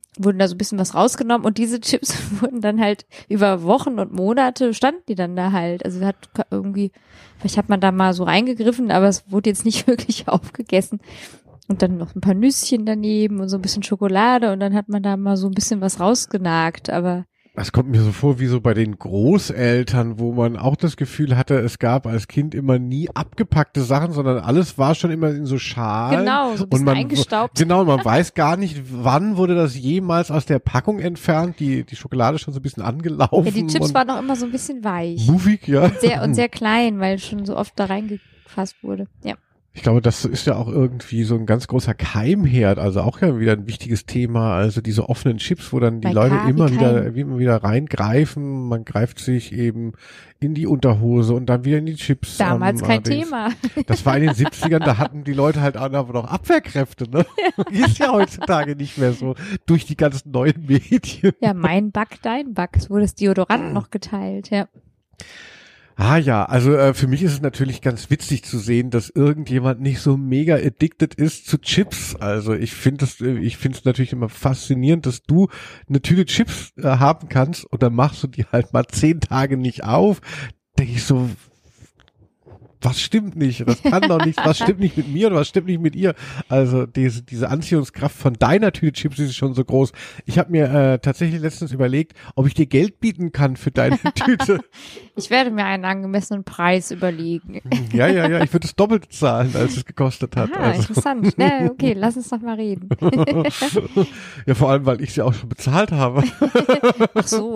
wurden da so ein bisschen was rausgenommen und diese Chips wurden dann halt über Wochen und Monate, standen die dann da halt. Also hat irgendwie, vielleicht hat man da mal so reingegriffen, aber es wurde jetzt nicht wirklich aufgegessen. Und dann noch ein paar Nüsschen daneben und so ein bisschen Schokolade und dann hat man da mal so ein bisschen was rausgenagt, aber das kommt mir so vor wie so bei den Großeltern, wo man auch das Gefühl hatte, es gab als Kind immer nie abgepackte Sachen, sondern alles war schon immer in so Schalen. genau, so ein bisschen und man, eingestaubt. Genau, man weiß gar nicht, wann wurde das jemals aus der Packung entfernt, die die Schokolade schon so ein bisschen angelaufen. Ja, die Chips waren auch immer so ein bisschen weich. Muffig, ja. Und sehr, und sehr klein, weil schon so oft da reingefasst wurde. Ja. Ich glaube, das ist ja auch irgendwie so ein ganz großer Keimherd, also auch ja wieder ein wichtiges Thema, also diese offenen Chips, wo dann die Bei Leute Kavi immer wieder, Keim. immer wieder reingreifen, man greift sich eben in die Unterhose und dann wieder in die Chips. Damals ähm, kein allerdings. Thema. Das war in den siebzigern, da hatten die Leute halt auch noch Abwehrkräfte, ne? Ist ja heutzutage nicht mehr so durch die ganzen neuen Medien. Ja, mein Back, dein Back. Es wurde das Deodorant noch geteilt, ja. Ah ja, also äh, für mich ist es natürlich ganz witzig zu sehen, dass irgendjemand nicht so mega addicted ist zu Chips. Also ich finde es ich finde es natürlich immer faszinierend, dass du eine Tüte Chips äh, haben kannst und dann machst du die halt mal zehn Tage nicht auf. Denke ich so, was stimmt nicht? Das kann doch nicht, was stimmt nicht mit mir oder was stimmt nicht mit ihr? Also diese, diese Anziehungskraft von deiner Tüte Chips ist schon so groß. Ich habe mir äh, tatsächlich letztens überlegt, ob ich dir Geld bieten kann für deine Tüte. Ich werde mir einen angemessenen Preis überlegen. Ja, ja, ja, ich würde das Doppelte zahlen, als es gekostet hat. Ah, also. interessant. Na, okay, lass uns doch mal reden. Ja, vor allem, weil ich sie auch schon bezahlt habe. Ach so.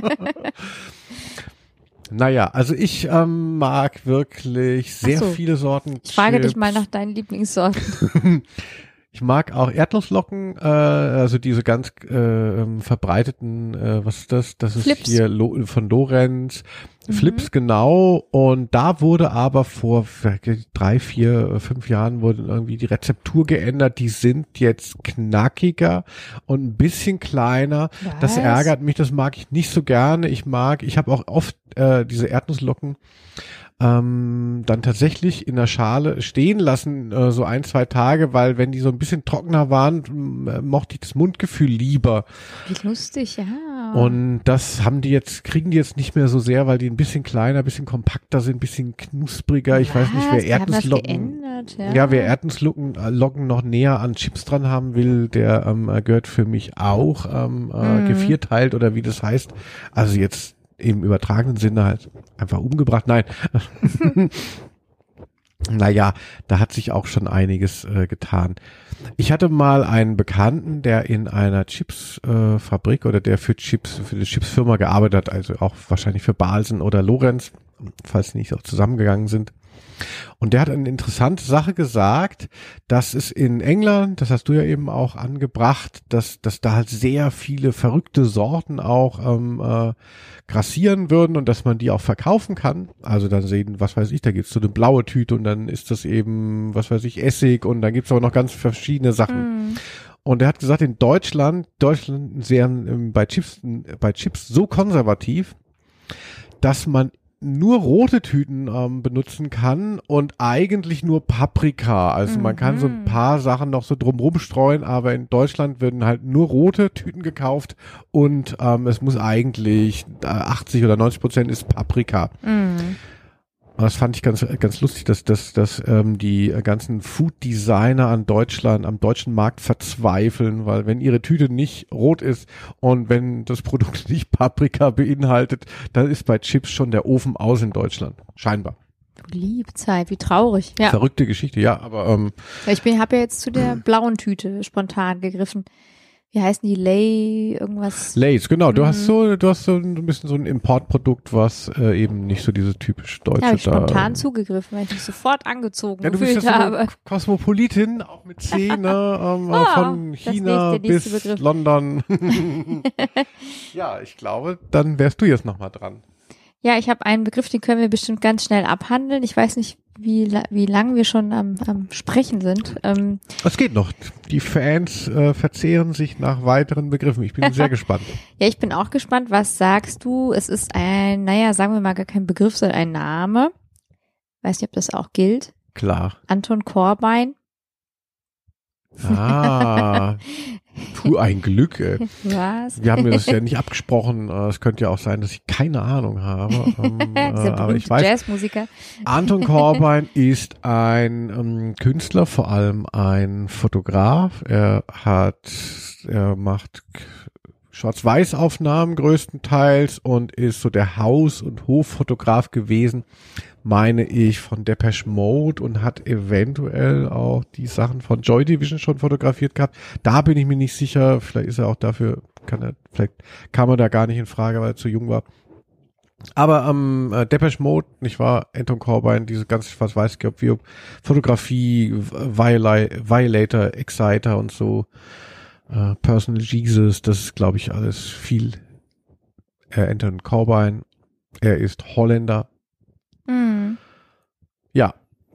Naja, also ich ähm, mag wirklich sehr Ach so. viele Sorten. Ich frage Chips. dich mal nach deinen Lieblingssorten. Ich mag auch Erdnusslocken, äh, also diese ganz äh, verbreiteten, äh, was ist das? Das ist Flips. hier Lo von Lorenz. Mhm. Flips, genau. Und da wurde aber vor drei, vier, fünf Jahren wurde irgendwie die Rezeptur geändert. Die sind jetzt knackiger und ein bisschen kleiner. Was? Das ärgert mich, das mag ich nicht so gerne. Ich mag, ich habe auch oft äh, diese Erdnusslocken ähm, dann tatsächlich in der Schale stehen lassen, äh, so ein, zwei Tage, weil wenn die so ein bisschen trockener waren, äh, mochte ich das Mundgefühl lieber. Wie lustig, ja. Und das haben die jetzt, kriegen die jetzt nicht mehr so sehr, weil die ein bisschen kleiner, ein bisschen kompakter sind, ein bisschen knuspriger. Ich weiß nicht, wer Was? Die haben das Erdnusslocken, geändert, ja. ja, wer Erdnusslocken äh, Locken noch näher an Chips dran haben will, der ähm, äh, gehört für mich auch ähm, äh, Mhm. gevierteilt oder wie das heißt. Also jetzt im übertragenen Sinne halt einfach umgebracht. Nein. Naja, da hat sich auch schon einiges äh, getan. Ich hatte mal einen Bekannten, der in einer Chipsfabrik äh, Fabrik oder der für Chips, für die Chipsfirma gearbeitet hat, also auch wahrscheinlich für Balsen oder Lorenz, falls die nicht auch zusammengegangen sind. Und der hat eine interessante Sache gesagt, dass es in England, das hast du ja eben auch angebracht, dass, dass da halt sehr viele verrückte Sorten auch ähm, äh, grassieren würden und dass man die auch verkaufen kann. Also dann sehen, was weiß ich, da gibt's so eine blaue Tüte und dann ist das eben, was weiß ich, Essig und dann gibt's aber noch ganz verschiedene Sachen. Mhm. Und er hat gesagt, in Deutschland, Deutschland wären ähm, bei Chips, bei Chips so konservativ, dass man nur rote Tüten ähm, benutzen kann und eigentlich nur Paprika. Also man kann so ein Mhm. paar Sachen noch so drumrum streuen, aber in Deutschland werden halt nur rote Tüten gekauft und ähm, es muss eigentlich äh, achtzig oder neunzig Prozent ist Paprika. Mhm. Das fand ich ganz ganz lustig, dass dass dass ähm, die ganzen Food Designer an Deutschland am deutschen Markt verzweifeln, weil wenn ihre Tüte nicht rot ist und wenn das Produkt nicht Paprika beinhaltet, dann ist bei Chips schon der Ofen aus in Deutschland. Scheinbar. Liebe Zeit, wie traurig. Ja, Verrückte Geschichte, ja, aber ähm, ich bin, habe ja jetzt zu der blauen Tüte spontan gegriffen. Wie heißen die? Lay, irgendwas? Lays, genau. Du Mhm. hast so, du hast so ein bisschen so ein Importprodukt, was äh, eben nicht so diese typisch deutsche Ja, habe ich da. spontan zugegriffen, weil ich mich sofort angezogen Ja, du bist ja gefühlt so habe. eine Kosmopolitin, auch mit C, ne? Ähm, Oh, von das China nächste- der nächste bis Begriff. London. Ja, ich glaube, dann wärst du jetzt nochmal dran. Ja, ich habe einen Begriff, den können wir bestimmt ganz schnell abhandeln. Ich weiß nicht, wie, la- wie lang wir schon am, am Sprechen sind. Ähm, Es geht noch. Die Fans äh, verzehren sich nach weiteren Begriffen. Ich bin sehr gespannt. ja, ich bin auch gespannt. Was sagst du? Es ist ein, naja, sagen wir mal gar kein Begriff, sondern ein Name. Weiß nicht, ob das auch gilt. Klar. Anton Corbijn. Ah, Puh, ein Glück, ey. Was? Wir haben mir das ja nicht abgesprochen. äh, Es könnte ja auch sein, dass ich keine Ahnung habe. Ähm, äh, Dieser aber ich berühmte weiß, Jazzmusiker. Anton Corbijn ist ein ähm, Künstler, vor allem ein Fotograf. Er hat, er macht Schwarz-Weiß-Aufnahmen größtenteils und ist so der Haus- und Hoffotograf gewesen, meine ich, von Depeche Mode und hat eventuell auch die Sachen von Joy Division schon fotografiert gehabt. Da bin ich mir nicht sicher. Vielleicht ist er auch dafür, kann er, vielleicht kam er da gar nicht in Frage, weil er zu jung war. Aber am ähm, Depeche Mode, nicht wahr, Anton Corbijn, diese ganze Schwarz-Weiß, wie Fotografie, Viola- Violator, Exciter und so, Uh, Personal Jesus, das ist, glaube ich, alles viel. Äh, Anton Corbijn, er ist Holländer. Mhm. Ja.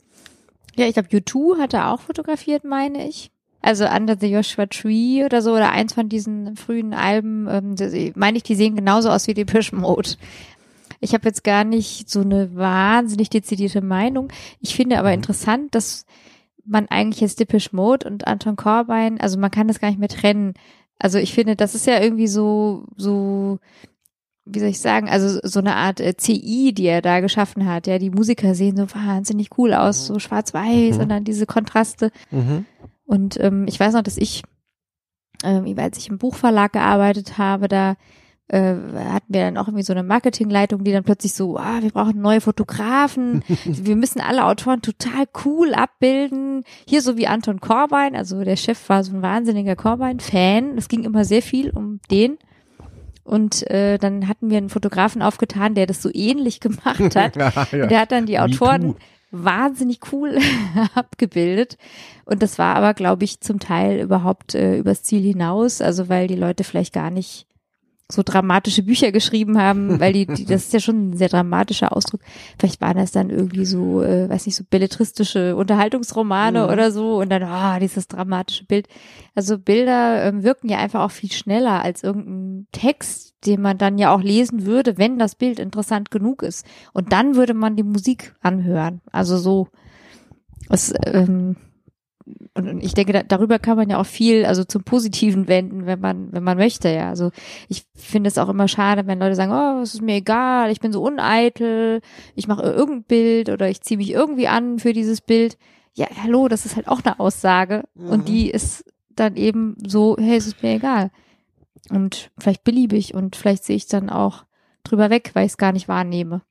Ja, ich glaube, U zwei hat er auch fotografiert, meine ich. Also Under the Joshua Tree oder so, oder eins von diesen frühen Alben, ähm, das, meine ich, die sehen genauso aus wie Depeche Mode. Ich habe jetzt gar nicht so eine wahnsinnig dezidierte Meinung. Ich finde aber mhm. interessant, dass man eigentlich jetzt Depeche Mode und Anton Corbijn, also man kann das gar nicht mehr trennen. Also ich finde, das ist ja irgendwie so, so, wie soll ich sagen, also so eine Art äh, C I, die er da geschaffen hat. Ja, die Musiker sehen so wahnsinnig cool aus, so schwarz-weiß mhm. und dann diese Kontraste. Mhm. Und ähm, ich weiß noch, dass ich, ähm, als ich im Buchverlag gearbeitet habe, da äh, hatten wir dann auch irgendwie so eine Marketingleitung, die dann plötzlich so, ah, wir brauchen neue Fotografen, wir müssen alle Autoren total cool abbilden, hier so wie Anton Corbijn, also der Chef war so ein wahnsinniger Corbijn-Fan, es ging immer sehr viel um den und äh, dann hatten wir einen Fotografen aufgetan, der das so ähnlich gemacht hat ja, ja. und der hat dann die Autoren wahnsinnig cool abgebildet und das war aber, glaube ich, zum Teil überhaupt äh, übers Ziel hinaus, also weil die Leute vielleicht gar nicht so dramatische Bücher geschrieben haben, weil die, die das ist ja schon ein sehr dramatischer Ausdruck. Vielleicht waren das dann irgendwie so, äh, weiß nicht, so belletristische Unterhaltungsromane mhm. oder so und dann, ah, oh, dieses dramatische Bild. Also Bilder ähm, wirken ja einfach auch viel schneller als irgendein Text, den man dann ja auch lesen würde, wenn das Bild interessant genug ist. Und dann würde man die Musik anhören. Also so, es, ähm, und ich denke, da, darüber kann man ja auch viel, also zum Positiven wenden, wenn man, wenn man möchte, ja. Also ich finde es auch immer schade, wenn Leute sagen, oh, es ist mir egal, ich bin so uneitel, ich mache irgendein Bild oder ich ziehe mich irgendwie an für dieses Bild. Ja, hallo, das ist halt auch eine Aussage mhm. und die ist dann eben so, hey, es ist mir egal. Und vielleicht beliebig und vielleicht sehe ich dann auch drüber weg, weil ich es gar nicht wahrnehme.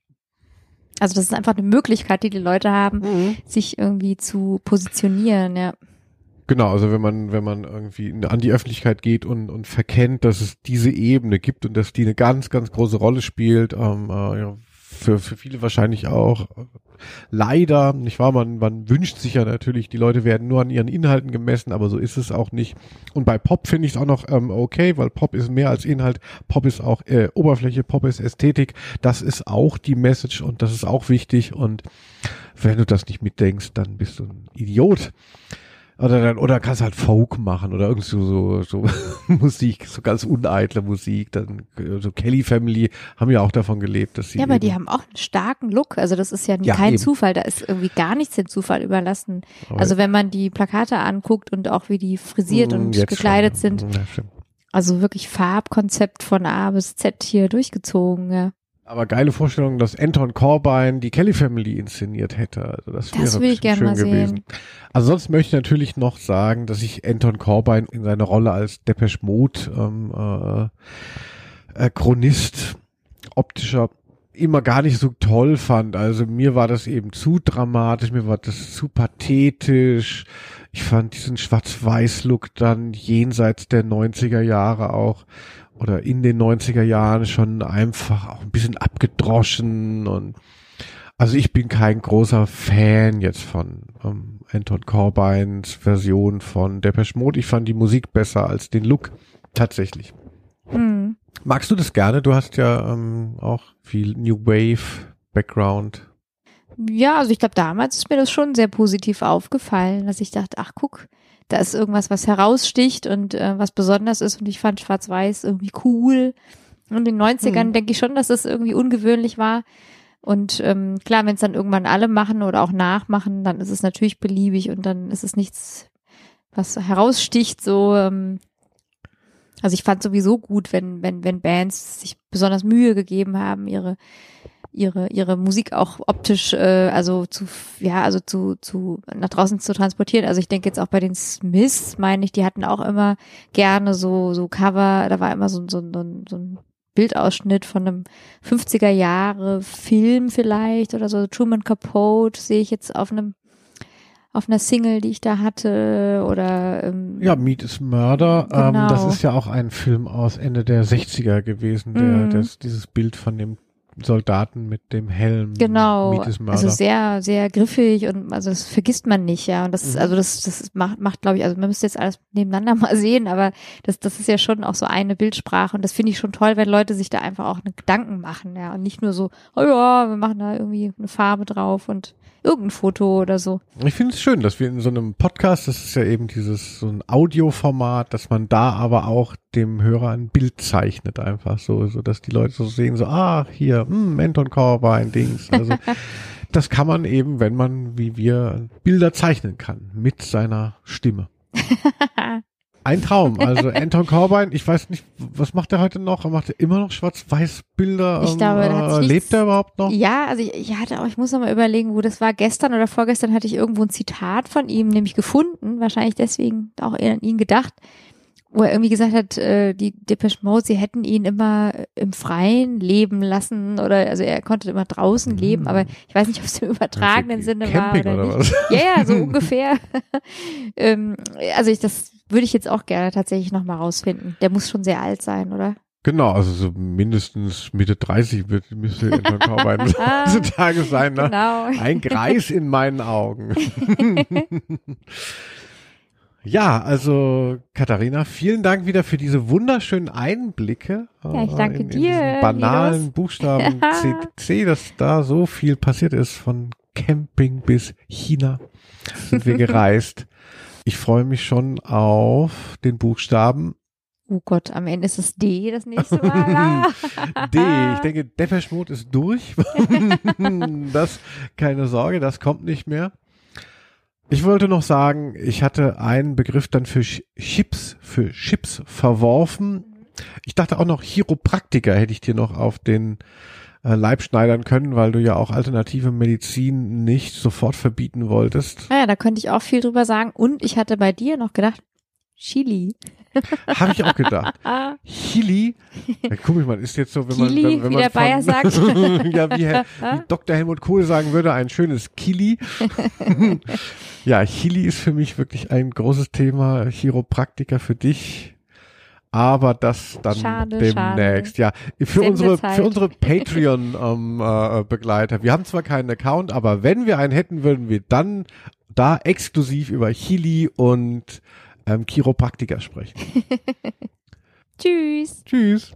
Also das ist einfach eine Möglichkeit, die die Leute haben, mhm. sich irgendwie zu positionieren, ja. Genau, also wenn man, wenn man irgendwie an die Öffentlichkeit geht und, und verkennt, dass es diese Ebene gibt und dass die eine ganz, ganz große Rolle spielt, ähm, äh, ja, für, für viele wahrscheinlich auch äh, leider, nicht wahr, man, man wünscht sich ja natürlich, die Leute werden nur an ihren Inhalten gemessen, aber so ist es auch nicht. Und bei Pop finde ich es auch noch ähm, okay, weil Pop ist mehr als Inhalt, Pop ist auch äh, Oberfläche, Pop ist Ästhetik, das ist auch die Message und das ist auch wichtig und wenn du das nicht mitdenkst, dann bist du ein Idiot. Oder dann, oder kannst halt Folk machen oder irgend so, so, so Musik, so ganz uneitle Musik. Dann, so Kelly Family haben ja auch davon gelebt, dass sie. Ja, aber die haben auch einen starken Look. Also das ist ja, ja kein eben. Zufall. Da ist irgendwie gar nichts dem Zufall überlassen. Aber also wenn man die Plakate anguckt und auch wie die frisiert und gekleidet schon. sind. Ja, stimmt. Also wirklich Farbkonzept von A bis Z hier durchgezogen, ja. Aber geile Vorstellung, dass Anton Corbijn die Kelly Family inszeniert hätte. Also das wäre das würde ich gerne schön mal gewesen. Sehen. Also sonst möchte ich natürlich noch sagen, dass ich Anton Corbijn in seiner Rolle als Depeche Mode ähm, äh, äh, Chronist, optischer, immer gar nicht so toll fand. Also mir war das eben zu dramatisch, mir war das zu pathetisch. Ich fand diesen Schwarz-Weiß-Look dann jenseits der neunziger Jahre auch oder in den neunziger Jahren schon einfach auch ein bisschen abgedroschen und also ich bin kein großer Fan jetzt von ähm, Anton Corbijns Version von Depeche Mode. Ich fand die Musik besser als den Look, tatsächlich. Mhm. Magst du das gerne? Du hast ja ähm, auch viel New Wave Background. Ja, also ich glaube, damals ist mir das schon sehr positiv aufgefallen, dass ich dachte, ach guck, da ist irgendwas, was heraussticht und äh, was besonders ist und ich fand Schwarz-Weiß irgendwie cool. Und in den neunzigern mhm. denke ich schon, dass das irgendwie ungewöhnlich war. Und ähm, klar, wenn es dann irgendwann alle machen oder auch nachmachen, dann ist es natürlich beliebig und dann ist es nichts, was heraussticht so. Ähm, Also ich fand sowieso gut, wenn wenn wenn Bands sich besonders Mühe gegeben haben, ihre ihre ihre Musik auch optisch äh, also zu ja also zu zu nach draußen zu transportieren. Also ich denke jetzt auch bei den Smiths, meine ich, die hatten auch immer gerne so so Cover, da war immer so so so, so ein Bildausschnitt von einem fünfziger Jahre Film vielleicht oder so. Truman Capote sehe ich jetzt auf einem auf einer Single, die ich da hatte, oder ähm, ja, Meat is Murder. Genau. Ähm, das ist ja auch ein Film aus Ende der sechziger gewesen, der Mhm. das, dieses Bild von dem Soldaten mit dem Helm. Genau, Meat is Murder. also sehr, sehr griffig und also das vergisst man nicht, ja. Und das, Mhm. also das, das macht, macht, glaube ich, also man müsste jetzt alles nebeneinander mal sehen, aber das, das ist ja schon auch so eine Bildsprache und das finde ich schon toll, wenn Leute sich da einfach auch eine Gedanken machen, ja. Und nicht nur so, oh ja, wir machen da irgendwie eine Farbe drauf und irgendein Foto oder so. Ich finde es schön, dass wir in so einem Podcast, das ist ja eben dieses so ein Audioformat, dass man da aber auch dem Hörer ein Bild zeichnet einfach so, so dass die Leute so sehen, so, ah, hier, hm, Anton Corbijn, Dings. Also das kann man eben, wenn man, wie wir, Bilder zeichnen kann mit seiner Stimme. Ein Traum. Also Anton Corbijn, ich weiß nicht, was macht er heute noch? Er macht immer noch Schwarz-Weiß-Bilder. Ich glaube, er hat äh, sich lebt nichts- er überhaupt noch? Ja, also ich, ich hatte auch, ich muss noch mal überlegen, wo das war. Gestern oder vorgestern hatte ich irgendwo ein Zitat von ihm nämlich gefunden, wahrscheinlich deswegen auch eher an ihn gedacht, wo er irgendwie gesagt hat, äh, die Depeche Mode, sie hätten ihn immer im Freien leben lassen oder, also er konnte immer draußen leben, aber ich weiß nicht, ob es im übertragenen Sinne Camping war oder, oder nicht. was? Ja, ja, so ungefähr. ähm, also ich, das würde ich jetzt auch gerne tatsächlich noch mal rausfinden. Der muss schon sehr alt sein, oder? Genau, also so mindestens Mitte dreißig wird, müsste Anton Corbijn heutzutage sein. Ne? Genau. Ein Greis in meinen Augen. Ja, also Katharina, vielen Dank wieder für diese wunderschönen Einblicke. Ja, ich danke in, in dir, diesen banalen Linus. Buchstaben C C, dass da so viel passiert ist, von Camping bis China sind wir gereist. Ich freue mich schon auf den Buchstaben Oh Gott, am Ende ist es D das nächste Mal. D. Ich denke, Depeche Mode ist durch. Das, keine Sorge, das kommt nicht mehr. Ich wollte noch sagen, ich hatte einen Begriff dann für Chips, für Chips verworfen. Ich dachte auch noch Chiropraktiker hätte ich dir noch auf den äh, Leib schneidern können, weil du ja auch alternative Medizin nicht sofort verbieten wolltest. Naja, da könnte ich auch viel drüber sagen. Und ich hatte bei dir noch gedacht, Chili. Habe ich auch gedacht. Chili, ja, guck ich mal, ist jetzt so, wenn man, Kili, wenn, wenn wie man der von, Bayer sagt. ja, wie, Herr, wie Doktor Helmut Kohl sagen würde, ein schönes Kili. Ja, Chili ist für mich wirklich ein großes Thema, Chiropraktiker für dich. Aber das dann Schade, demnächst. Ja, für unsere, Sendezeit. für unsere Patreon ähm, äh, Begleiter. Wir haben zwar keinen Account, aber wenn wir einen hätten, würden wir dann da exklusiv über Chili und ähm, Chiropraktiker sprechen. Tschüss. Tschüss.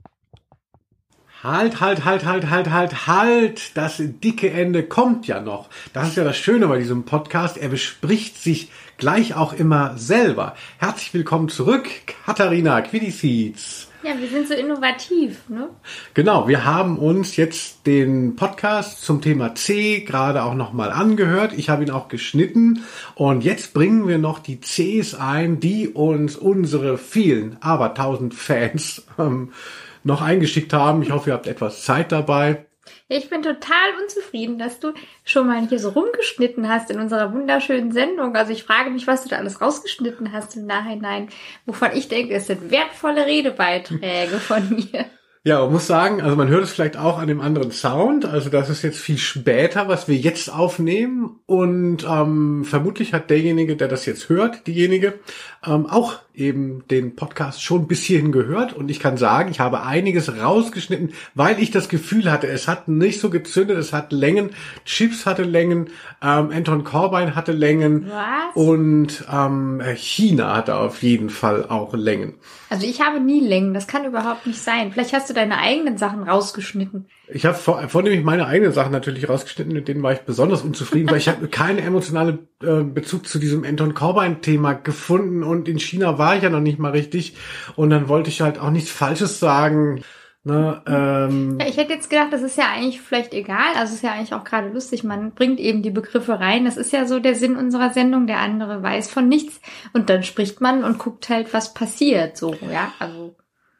Halt, halt, halt, halt, halt, halt, halt. Das dicke Ende kommt ja noch. Das ist ja das Schöne bei diesem Podcast. Er bespricht sich gleich auch immer selber. Herzlich willkommen zurück, Katharina Quiddiseeds. Ja, wir sind so innovativ, ne? Genau, wir haben uns jetzt den Podcast zum Thema C gerade auch nochmal angehört. Ich habe ihn auch geschnitten und jetzt bringen wir noch die Cs ein, die uns unsere vielen, aber tausend Fans ähm, noch eingeschickt haben. Ich hoffe, ihr habt etwas Zeit dabei. Ich bin total unzufrieden, dass du schon mal hier so rumgeschnitten hast in unserer wunderschönen Sendung. Also ich frage mich, was du da alles rausgeschnitten hast im Nachhinein, wovon ich denke, es sind wertvolle Redebeiträge von mir. Ja, man muss sagen, also man hört es vielleicht auch an dem anderen Sound. Also das ist jetzt viel später, was wir jetzt aufnehmen. Und ähm, vermutlich hat derjenige, der das jetzt hört, diejenige, ähm, auch eben den Podcast schon bis hierhin gehört. Und ich kann sagen, ich habe einiges rausgeschnitten, weil ich das Gefühl hatte, es hat nicht so gezündet, es hat Längen. Chips hatte Längen, ähm, Anton Corbijn hatte Längen. Was? Und ähm, China hatte auf jeden Fall auch Längen. Also ich habe nie Längen, das kann überhaupt nicht sein. Vielleicht hast du deine eigenen Sachen rausgeschnitten. Ich habe vor, vornehmlich meine eigenen Sachen natürlich rausgeschnitten, mit denen war ich besonders unzufrieden, weil ich habe keinen emotionalen äh, Bezug zu diesem Anton Corbijn-Thema gefunden und in China war ich ja noch nicht mal richtig und dann wollte ich halt auch nichts Falsches sagen. Ne, ähm, Ja, ich hätte jetzt gedacht, das ist ja eigentlich vielleicht egal. Also es ist ja eigentlich auch gerade lustig. Man bringt eben die Begriffe rein. Das ist ja so der Sinn unserer Sendung. Der andere weiß von nichts. Und dann spricht man und guckt halt, was passiert. So, ja, also.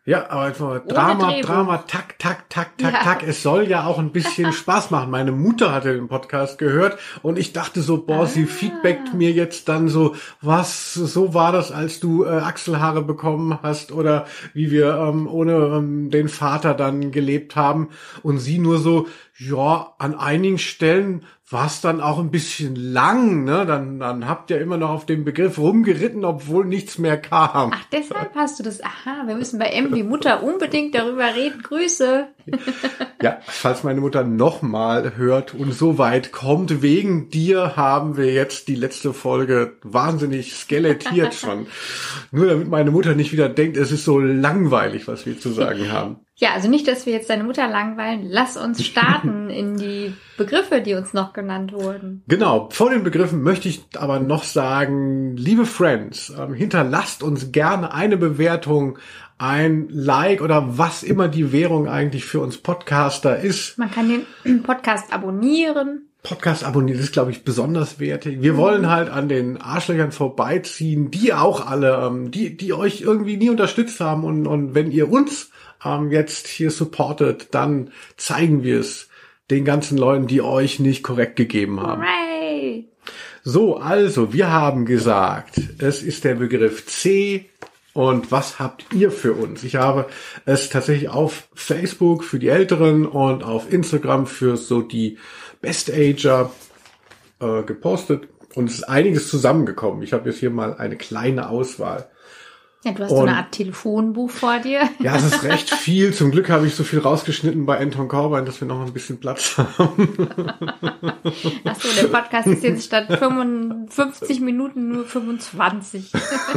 Ja, aber einfach Drama, Drehbuch. Drama, tak, tak, tak, tak, Ja. tak. Es soll ja auch ein bisschen Spaß machen. Meine Mutter hatte den Podcast gehört und ich dachte so, boah, sie Ah. feedbackt mir jetzt dann so, was, so war das, als du äh, Achselhaare bekommen hast oder wie wir ähm, ohne ähm, den Vater dann gelebt haben. Und sie nur so, ja, an einigen Stellen war es dann auch ein bisschen lang, ne? Dann, dann habt ihr immer noch auf dem Begriff rumgeritten, obwohl nichts mehr kam. Ach, deshalb hast du das. Aha, wir müssen bei Emily Mutter unbedingt darüber reden. Grüße. Ja, falls meine Mutter nochmal hört und so weit kommt, wegen dir haben wir jetzt die letzte Folge wahnsinnig skelettiert schon. Nur damit meine Mutter nicht wieder denkt, es ist so langweilig, was wir zu sagen haben. Ja, also nicht, dass wir jetzt deine Mutter langweilen. Lass uns starten in die Begriffe, die uns noch genannt wurden. Genau, vor den Begriffen möchte ich aber noch sagen, liebe Friends, ähm, hinterlasst uns gerne eine Bewertung, ein Like oder was immer die Währung eigentlich für uns Podcaster ist. Man kann den Podcast abonnieren. Podcast abonnieren ist, glaube ich, besonders wertig. Wir wollen halt an den Arschlöchern vorbeiziehen, die auch alle, ähm, die die euch irgendwie nie unterstützt haben. Und, und wenn ihr uns ähm, jetzt hier supportet, dann zeigen wir es den ganzen Leuten, die euch nicht korrekt gegeben haben. Hooray! So, also, wir haben gesagt, es ist der Begriff C. Und was habt ihr für uns? Ich habe es tatsächlich auf Facebook für die Älteren und auf Instagram für so die Best-Ager äh, gepostet. Und es ist einiges zusammengekommen. Ich habe jetzt hier mal eine kleine Auswahl. Ja, du hast Und- so eine Art Telefonbuch vor dir. Ja, es ist recht viel. Zum Glück habe ich so viel rausgeschnitten bei Anton Corbijn, dass wir noch ein bisschen Platz haben. Achso, der Podcast ist jetzt statt fünfundfünfzig Minuten nur fünfundzwanzig.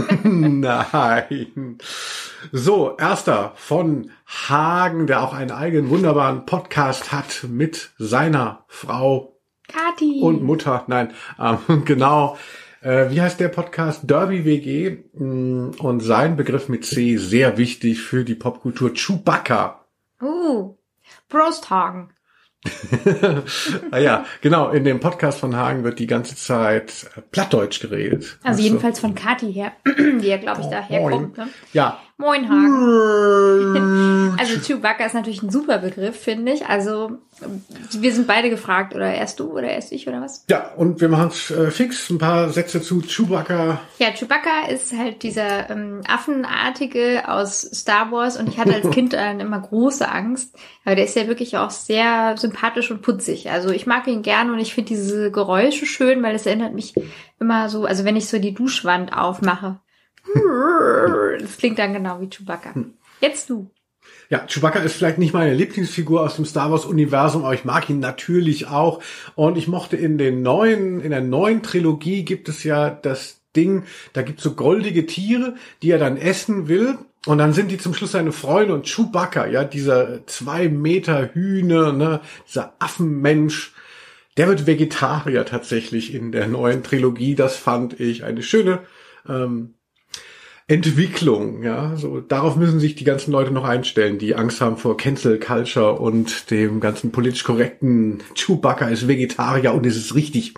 Nein. So, erster von Hagen, der auch einen eigenen wunderbaren Podcast hat mit seiner Frau Kathi. und Mutter. Nein, ähm, genau. Äh, wie heißt der Podcast? Derby W G. Mm, Und sein Begriff mit C, sehr wichtig für die Popkultur, Chewbacca. Uh, Prost Hagen. Ah ja, genau, in dem Podcast von Hagen wird die ganze Zeit äh, Plattdeutsch geredet. Also Weißt du? jedenfalls von Kathi her, die ja, glaube ich, daher Moin. kommt. Ne? Ja. Moin Hagen. Also Chewbacca ist natürlich ein super Begriff, finde ich. Also wir sind beide gefragt, oder erst du oder erst ich oder was? Ja, und wir machen es äh, fix. Ein paar Sätze zu Chewbacca. Ja, Chewbacca ist halt dieser ähm, Affenartige aus Star Wars und ich hatte als Kind dann immer große Angst. Aber der ist ja wirklich auch sehr sympathisch und putzig. Also ich mag ihn gerne und ich finde diese Geräusche schön, weil es erinnert mich immer so, also wenn ich so die Duschwand aufmache. Das klingt dann genau wie Chewbacca. Jetzt du. Ja, Chewbacca ist vielleicht nicht meine Lieblingsfigur aus dem Star Wars Universum, aber ich mag ihn natürlich auch. Und ich mochte in den neuen, in der neuen Trilogie gibt es ja das Ding, da gibt's so goldige Tiere, die er dann essen will. Und dann sind die zum Schluss seine Freunde und Chewbacca, ja, dieser zwei Meter Hühner, ne, dieser Affenmensch, der wird Vegetarier tatsächlich in der neuen Trilogie. Das fand ich eine schöne ähm, Entwicklung, ja, so darauf müssen sich die ganzen Leute noch einstellen, die Angst haben vor Cancel Culture und dem ganzen politisch korrekten Chewbacca ist Vegetarier und es ist richtig.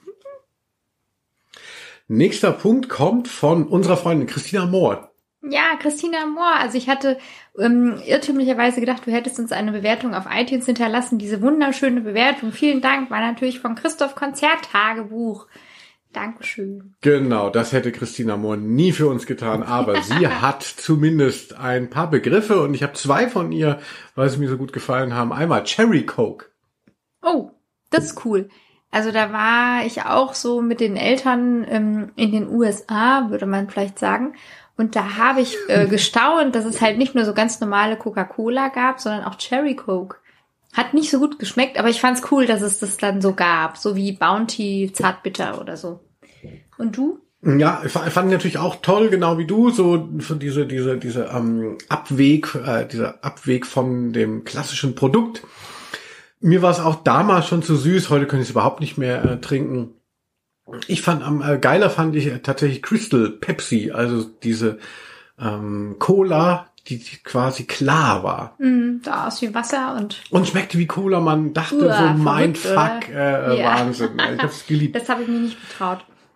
Nächster Punkt kommt von unserer Freundin Christina Mohr. Ja, Christina Mohr. Also ich hatte ähm, irrtümlicherweise gedacht, du hättest uns eine Bewertung auf iTunes hinterlassen. Diese wunderschöne Bewertung, vielen Dank, war natürlich von Christoph Konzerttagebuch. Dankeschön. Genau, das hätte Christina Mohr nie für uns getan, aber sie hat zumindest ein paar Begriffe und ich habe zwei von ihr, weil sie mir so gut gefallen haben. Einmal Cherry Coke. Oh, das ist cool. Also da war ich auch so mit den Eltern ähm, in den U S A, würde man vielleicht sagen. Und da habe ich äh, gestaunt, dass es halt nicht nur so ganz normale Coca-Cola gab, sondern auch Cherry Coke. Hat nicht so gut geschmeckt, aber ich fand's cool, dass es das dann so gab. So wie Bounty Zartbitter oder so. Und du? Ja, ich fand natürlich auch toll, genau wie du, so so diese diese diese ähm, Abweg, äh, dieser Abweg von dem klassischen Produkt. Mir war es auch damals schon zu süß, heute kann ich es überhaupt nicht mehr äh, trinken. Ich fand am äh, geiler fand ich äh, tatsächlich Crystal Pepsi, also diese ähm, Cola, die, die quasi klar war. Mm, sah aus wie Wasser und... Und schmeckte wie Cola, man dachte Uah, so verrückt, Mindfuck, oder? äh, Ja. Wahnsinn. Ich hab's geliebt. Das habe ich mir nicht getraut.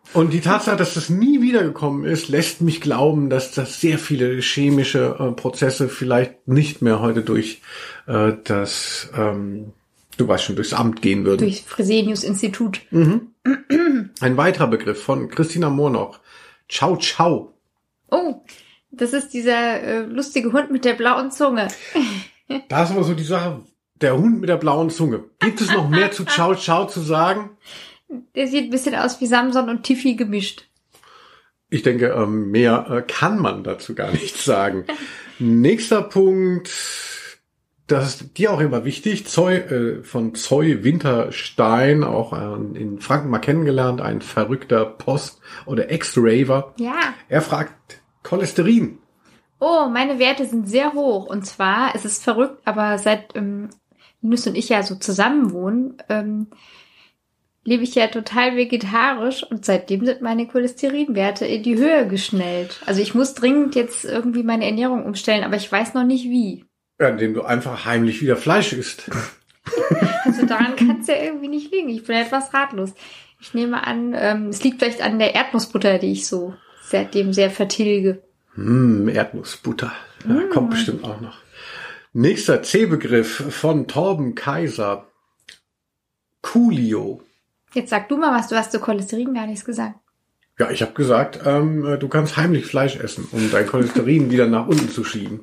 Und die Tatsache, dass das nie wiedergekommen ist, lässt mich glauben, dass das sehr viele chemische äh, Prozesse vielleicht nicht mehr heute durch äh, das, ähm, du weißt schon, durchs Amt gehen würden. Durch Fresenius-Institut. Mhm. Ein weiterer Begriff von Christina Mohr noch. Ciao, ciao. Oh, das ist dieser äh, lustige Hund mit der blauen Zunge. Da ist aber so die Sache, der Hund mit der blauen Zunge. Gibt es noch mehr zu Ciao, ciao zu sagen? Der sieht ein bisschen aus wie Samson und Tiffy gemischt. Ich denke, ähm, mehr äh, kann man dazu gar nicht sagen. Nächster Punkt, das ist dir auch immer wichtig, Zoe, äh, von Zoe Winterstein, auch äh, in Franken mal kennengelernt, ein verrückter Post- oder Ex-Raver. Ja. Er fragt Cholesterin. Oh, meine Werte sind sehr hoch. Und zwar, es ist verrückt, aber seit ähm, Linus und ich ja so zusammen wohnen, ähm, lebe ich ja total vegetarisch und seitdem sind meine Cholesterinwerte in die Höhe geschnellt. Also ich muss dringend jetzt irgendwie meine Ernährung umstellen, aber ich weiß noch nicht wie. Ja, indem du einfach heimlich wieder Fleisch isst. Also daran kann es ja irgendwie nicht liegen. Ich bin etwas ratlos. Ich nehme an, ähm, es liegt vielleicht an der Erdnussbutter, die ich so seitdem sehr vertilge. Hm, Erdnussbutter. Ja, Mm. Kommt bestimmt auch noch. Nächster C-Begriff von Torben Kaiser. Coolio. Jetzt sag du mal was, du hast zu Cholesterin gar nichts gesagt. Ja, ich habe gesagt, ähm, du kannst heimlich Fleisch essen, um dein Cholesterin wieder nach unten zu schieben.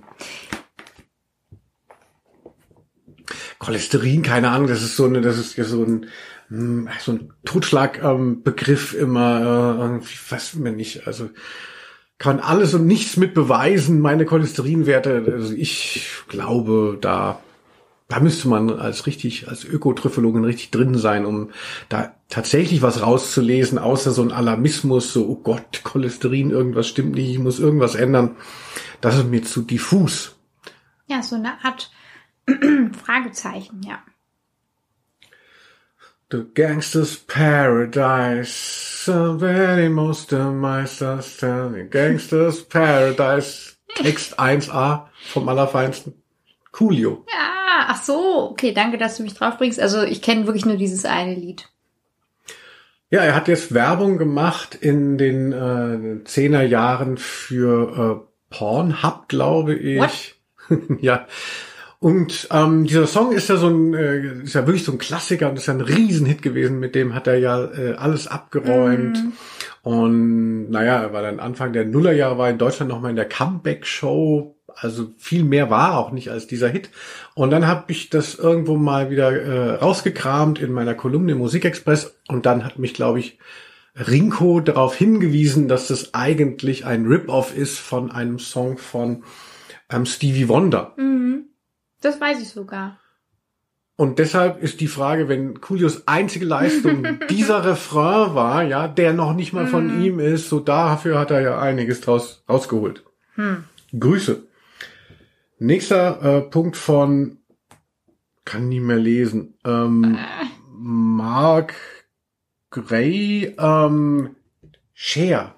Cholesterin, keine Ahnung, das ist so eine, das ist ja so ein hm, so ein Totschlagbegriff ähm, immer, äh, irgendwie, weiß mir nicht, also kann alles und nichts mit beweisen, meine Cholesterinwerte, also ich glaube, da Da müsste man als richtig, als Ökotryphologin richtig drin sein, um da tatsächlich was rauszulesen, außer so ein Alarmismus, so, oh Gott, Cholesterin, irgendwas stimmt nicht, ich muss irgendwas ändern. Das ist mir zu diffus. Ja, so eine Art Fragezeichen, ja. The Gangster's Paradise, somebody most the Meisters, the Gangster's Paradise, Text eins a vom Allerfeinsten. Coolio. Ja, ach so, okay, danke, dass du mich drauf bringst. Also ich kenne wirklich nur dieses eine Lied. Ja, er hat jetzt Werbung gemacht in den äh, Zehnerjahren für äh, Pornhub, glaube ich. What? Ja. Und ähm, dieser Song ist ja so ein, äh, ist ja wirklich so ein Klassiker und ist ja ein Riesenhit gewesen. Mit dem hat er ja äh, alles abgeräumt. Mm. Und naja, er war dann Anfang der Nullerjahre, war in Deutschland nochmal in der Comeback-Show. Also viel mehr war auch nicht als dieser Hit. Und dann habe ich das irgendwo mal wieder äh, rausgekramt in meiner Kolumne im Musikexpress. Und dann hat mich, glaube ich, Rinko darauf hingewiesen, dass das eigentlich ein Rip-Off ist von einem Song von ähm, Stevie Wonder. Mhm. Das weiß ich sogar. Und deshalb ist die Frage, wenn Coolios einzige Leistung dieser Refrain war, ja, der noch nicht mal von mhm. ihm ist, so dafür hat er ja einiges draus rausgeholt. Hm. Grüße. Nächster äh, Punkt von, kann nie mehr lesen, ähm, äh. Mark Gray, ähm, Cher.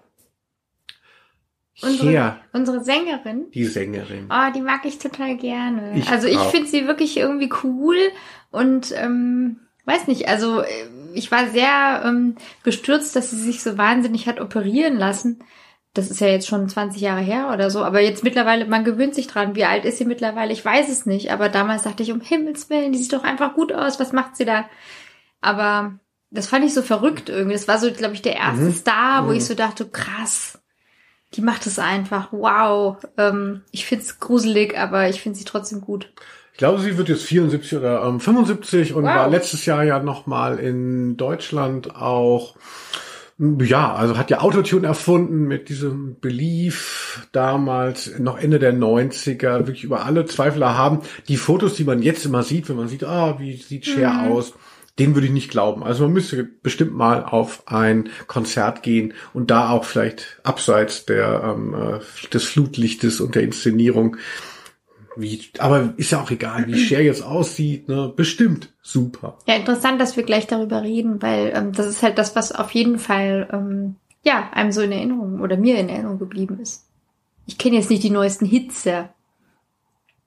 Unsere, Cher. unsere Sängerin. Die Sängerin. Oh, die mag ich total gerne. Ich also ich auch. finde sie wirklich irgendwie cool und ähm, weiß nicht, also ich war sehr ähm, bestürzt, dass sie sich so wahnsinnig hat operieren lassen. Das ist ja jetzt schon zwanzig Jahre her oder so, aber jetzt mittlerweile, man gewöhnt sich dran. Wie alt ist sie mittlerweile? Ich weiß es nicht, aber damals dachte ich, um Himmels Willen, die sieht doch einfach gut aus, was macht sie da? Aber das fand ich so verrückt irgendwie. Das war so, glaube ich, der erste mhm. Star, wo mhm. ich so dachte, krass, die macht es einfach, wow. Ähm, ich find's gruselig, aber ich finde sie trotzdem gut. Ich glaube, sie wird jetzt vierundsiebzig oder ähm, fünfundsiebzig und wow. war letztes Jahr ja nochmal in Deutschland auch. Ja, also hat ja Autotune erfunden mit diesem Belief damals, noch Ende der neunziger, wirklich über alle Zweifel haben. Die Fotos, die man jetzt immer sieht, wenn man sieht, ah, wie sieht Cher mhm. aus, den würde ich nicht glauben. Also man müsste bestimmt mal auf ein Konzert gehen und da auch vielleicht abseits der ähm, des Flutlichtes und der Inszenierung. Wie, aber ist ja auch egal, wie Cher jetzt aussieht, ne? Bestimmt super. Ja, interessant, dass wir gleich darüber reden, weil ähm, das ist halt das, was auf jeden Fall ähm, ja einem so in Erinnerung oder mir in Erinnerung geblieben ist. Ich kenne jetzt nicht die neuesten Hits, ja.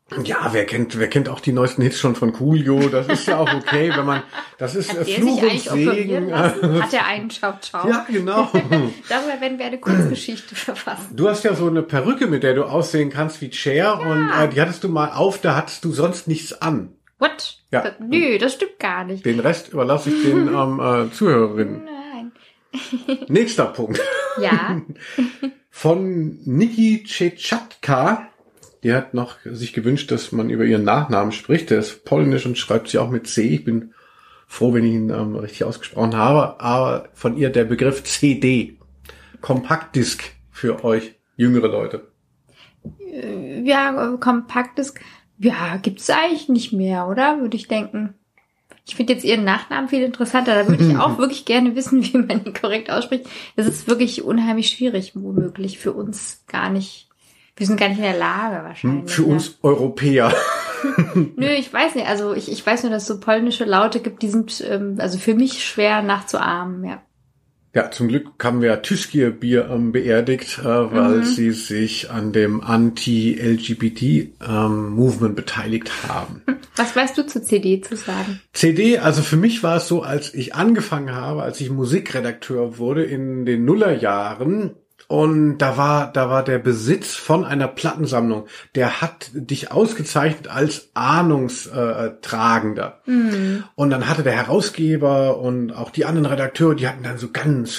Ja, wer kennt, wer kennt auch die neuesten Hits schon von Coolio? Das ist ja auch okay, wenn man, das ist Hat äh, der Fluch sich und eigentlich operieren Segen. lassen? Hat er einen Ciao-Ciao? Ja, genau. Darüber werden wir eine Kurzgeschichte verfassen. Du hast ja so eine Perücke, mit der du aussehen kannst wie Cher, und äh, die hattest du mal auf, da hattest du sonst nichts an. What? Ja. Das, nö, das stimmt gar nicht. Den Rest überlasse ich den ähm, äh, Zuhörerinnen. Nein. Nächster Punkt. Ja. Von Niki Czechatka. Die hat noch sich gewünscht, dass man über ihren Nachnamen spricht. Der ist polnisch und schreibt sie auch mit C. Ich bin froh, wenn ich ihn ähm, richtig ausgesprochen habe. Aber von ihr der Begriff C D. Kompaktdisk für euch jüngere Leute. Ja, Kompaktdisk. Ja, gibt's eigentlich nicht mehr, oder? Würde ich denken. Ich finde jetzt ihren Nachnamen viel interessanter. Da würde ich auch wirklich gerne wissen, wie man ihn korrekt ausspricht. Das ist wirklich unheimlich schwierig, womöglich für uns gar nicht. Wir sind gar nicht in der Lage wahrscheinlich. Für uns Europäer. Nö, ich weiß nicht. Also ich, ich weiß nur, dass es so polnische Laute gibt, die sind ähm, also für mich schwer nachzuahmen, ja. Ja, zum Glück haben wir Tüskir Bier ähm, beerdigt, äh, weil Mhm. sie sich an dem Anti-L G B T-Movement ähm, beteiligt haben. Was weißt du zu C D zu sagen? C D, also für mich war es so, als ich angefangen habe, als ich Musikredakteur wurde in den Nullerjahren, und da war, da war der Besitz von einer Plattensammlung, der hat dich ausgezeichnet als Ahnungstragender. Mhm. Und dann hatte der Herausgeber und auch die anderen Redakteure, die hatten dann so ganz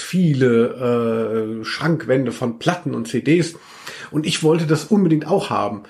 viele äh, Schrankwände von Platten und C Ds. Und ich wollte das unbedingt auch haben.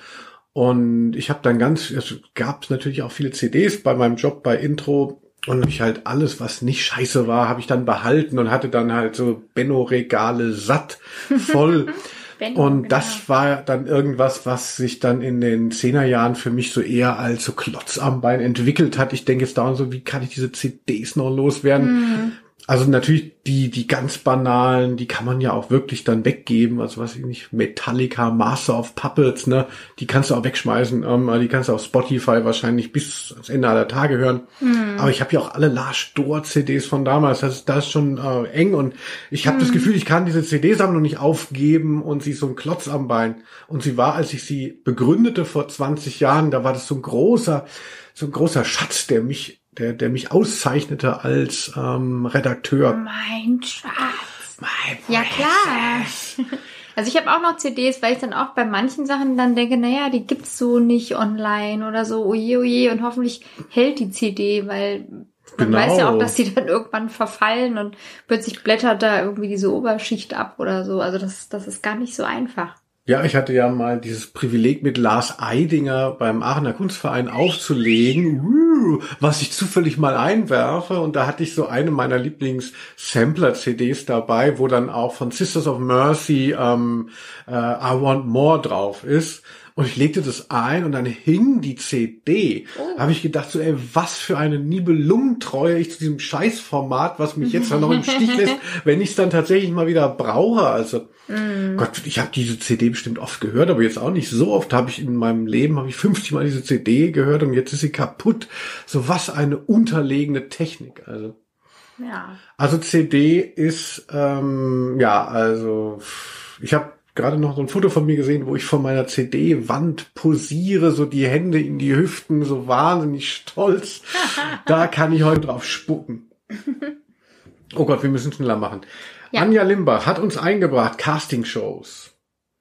Und ich habe dann ganz, es gab natürlich auch viele C Ds bei meinem Job bei Intro. Und hab ich halt alles, was nicht scheiße war, habe ich dann behalten und hatte dann halt so Benno-Regale satt voll. Benno, Und genau. das war dann irgendwas, was sich dann in den Zehnerjahren für mich so eher als so Klotz am Bein entwickelt hat. Ich denke jetzt daran so, wie kann ich diese C Ds noch loswerden? Mhm. Also natürlich die die ganz banalen, die kann man ja auch wirklich dann weggeben. Also was ich nicht, Metallica, Master of Puppets, ne, die kannst du auch wegschmeißen. Ähm, die kannst du auf Spotify wahrscheinlich bis ans Ende aller Tage hören. Mhm. Aber ich habe ja auch alle Lars Dort C Ds von damals. Das ist, das ist schon äh, eng, und ich habe mhm. das Gefühl, ich kann diese C D-Sammlung nicht aufgeben, und sie ist so ein Klotz am Bein. Und sie war, als ich sie begründete vor zwanzig Jahren, da war das so ein großer, so ein großer Schatz, der mich der der mich auszeichnete als ähm, Redakteur. Mein Schatz. My Ja, klar. Also ich habe auch noch C Ds, weil ich dann auch bei manchen Sachen dann denke, naja, die gibt's so nicht online oder so, oje, oje, und hoffentlich hält die C D, weil man Genau. weiß ja auch, dass die dann irgendwann verfallen und plötzlich blättert da irgendwie diese Oberschicht ab oder so. Also das, das ist gar nicht so einfach. Ja, ich hatte ja mal dieses Privileg, mit Lars Eidinger beim Aachener Kunstverein aufzulegen, was ich zufällig mal einwerfe. Und da hatte ich so eine meiner Lieblings-Sampler-C Ds dabei, wo dann auch von Sisters of Mercy ähm, äh, I Want More drauf ist. Und ich legte das ein und dann hing die C D. Oh. Da habe ich gedacht, so, ey, was für eine Nibelungentreue ich zu diesem Scheißformat, was mich jetzt dann noch im Stich lässt, wenn ich es dann tatsächlich mal wieder brauche. Also mm. Gott, ich habe diese C D bestimmt oft gehört, aber jetzt auch nicht so oft. Habe ich in meinem Leben, habe ich fünfzig Mal diese C D gehört, und jetzt ist sie kaputt. So was eine unterlegene Technik. Also, Ja. also C D ist, ähm, ja, also ich habe gerade noch so ein Foto von mir gesehen, wo ich vor meiner C D-Wand posiere, so die Hände in die Hüften, so wahnsinnig stolz. Da kann ich heute drauf spucken. Oh Gott, wir müssen schneller machen. Ja. Anja Limbach hat uns eingebracht Castingshows.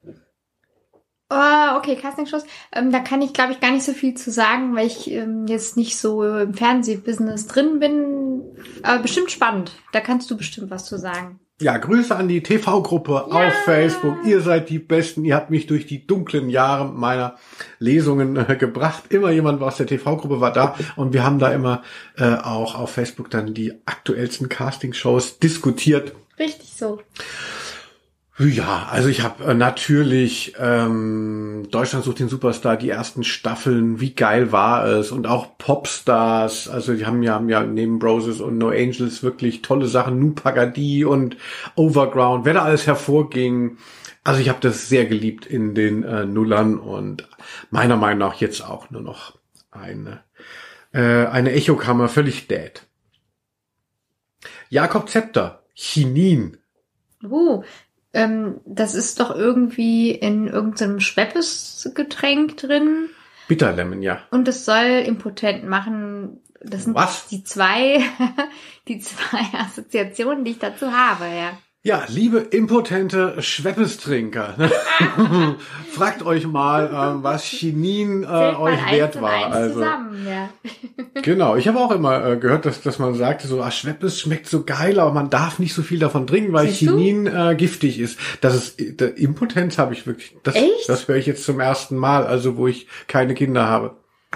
Oh, okay, Castingshows. Ähm, da kann ich, glaube ich, gar nicht so viel zu sagen, weil ich ähm, jetzt nicht so im Fernsehbusiness drin bin. Aber bestimmt spannend. Da kannst du bestimmt was zu sagen. Ja, Grüße an die T V-Gruppe ja. auf Facebook. Ihr seid die Besten. Ihr habt mich durch die dunklen Jahre meiner Lesungen äh, gebracht. Immer jemand aus der T V-Gruppe war da, und wir haben da immer äh, auch auf Facebook dann die aktuellsten Castingshows diskutiert. Richtig so. Ja, also ich habe äh, natürlich ähm, Deutschland sucht den Superstar, die ersten Staffeln, wie geil war es, und auch Popstars, also die haben ja, haben ja neben Broses und No Angels wirklich tolle Sachen, Nu Pagadi und Overground, wer da alles hervorging. Also ich habe das sehr geliebt in den äh, Nullern, und meiner Meinung nach jetzt auch nur noch eine, äh, eine Echokammer, völlig dead. Jakob Zepter, Chinin. Uh, ähm, das ist doch irgendwie in irgendeinem Schweppes-Getränk drin. Bitterlemon, ja. Und es soll impotent machen. Das sind Was? die zwei, die zwei Assoziationen, die ich dazu habe, ja. Ja, liebe impotente Schweppes-Trinker, fragt euch mal, ähm, was Chinin äh, euch wert war. Eins Also zusammen, ja. genau, ich habe auch immer äh, gehört, dass dass man sagte, so ah, Schweppes schmeckt so geil, aber man darf nicht so viel davon trinken, weil Siehst Chinin äh, giftig ist. Das ist äh, Impotenz habe ich wirklich. Das, Echt? das höre ich jetzt zum ersten Mal, also wo ich keine Kinder habe.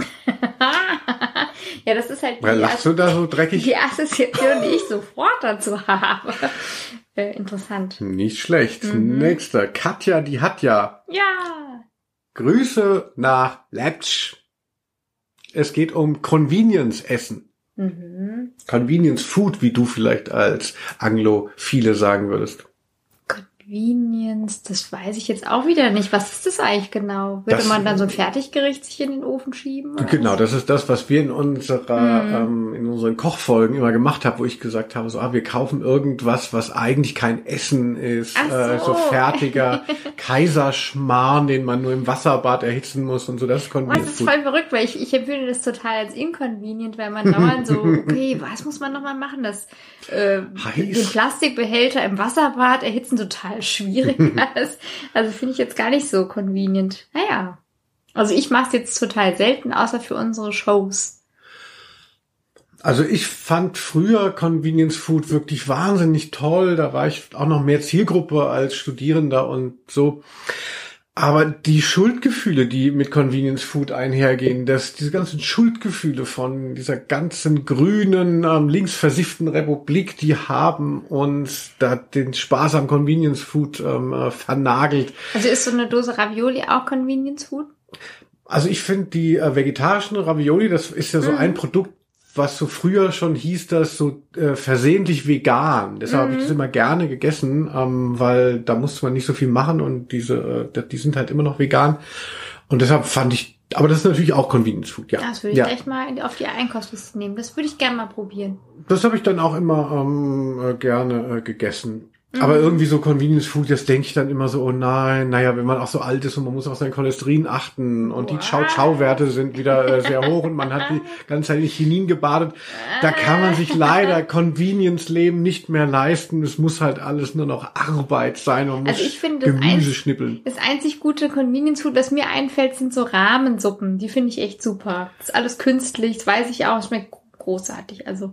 Ja, das ist halt die, Weil lachst du da so dreckig? die Assoziation, die ich sofort dazu habe. Äh, interessant. Nicht schlecht. Mhm. Nächster. Katja, die hat ja. Ja. Grüße nach Leipzig. Es geht um Convenience-Essen. Mhm. Convenience-Food, wie du vielleicht als Anglophile sagen würdest. Convenience, das weiß ich jetzt auch wieder nicht. Was ist das eigentlich genau? Würde Das- man dann so ein Fertiggericht sich in den Ofen schieben? Oder Genau, was? das ist das, was wir in unserer, Mhm. ähm, in unseren Kochfolgen immer gemacht haben, wo ich gesagt habe, so, ah, wir kaufen irgendwas, was eigentlich kein Essen ist, Ach äh, so. so fertiger Kaiserschmarrn, den man nur im Wasserbad erhitzen muss und so, das ist Was ist Convenience-Food. voll verrückt, weil ich, ich empfinde das total als inconvenient, weil man dauernd so, okay, was muss man nochmal machen? Das äh, Heiß. den Plastikbehälter im Wasserbad erhitzen total schwierig ist. Also finde ich jetzt gar nicht so convenient. Naja. Also ich mache es jetzt total selten, außer für unsere Shows. Also ich fand früher Convenience Food wirklich wahnsinnig toll. Da war ich auch noch mehr Zielgruppe als Studierender und so. Aber die Schuldgefühle, die mit Convenience Food einhergehen, dass diese ganzen Schuldgefühle von dieser ganzen grünen, ähm, linksversifften Republik, die haben uns da den Spaß am Convenience Food ähm, äh, vernagelt. Also ist so eine Dose Ravioli auch Convenience Food? Also ich finde die äh, vegetarischen Ravioli, das ist ja so Mhm. ein Produkt, was so früher schon hieß, das so äh, versehentlich vegan. Deshalb habe ich das immer gerne gegessen, ähm, weil da musste man nicht so viel machen und diese, äh, die sind halt immer noch vegan. Und deshalb fand ich, aber das ist natürlich auch Convenience Food, ja. Das würde ich ja. echt mal in- auf die Einkaufsliste nehmen. Das würde ich gerne mal probieren. Das habe ich dann auch immer ähm, äh, gerne äh, gegessen. Aber irgendwie so Convenience Food, das denke ich dann immer so, oh nein, naja, wenn man auch so alt ist und man muss auf sein Cholesterin achten und die Wow. Chow-Chow-Werte sind wieder äh, sehr hoch und man hat die ganze Zeit in Chinin gebadet, da kann man sich leider Convenience-Leben nicht mehr leisten. Es muss halt alles nur noch Arbeit sein und muss Also ich finde, das Gemüse einz- schnippeln. Das einzig gute Convenience Food, was mir einfällt, sind so Rahmensuppen. Die finde ich echt super. Das ist alles künstlich, das weiß ich auch. Es schmeckt großartig. Also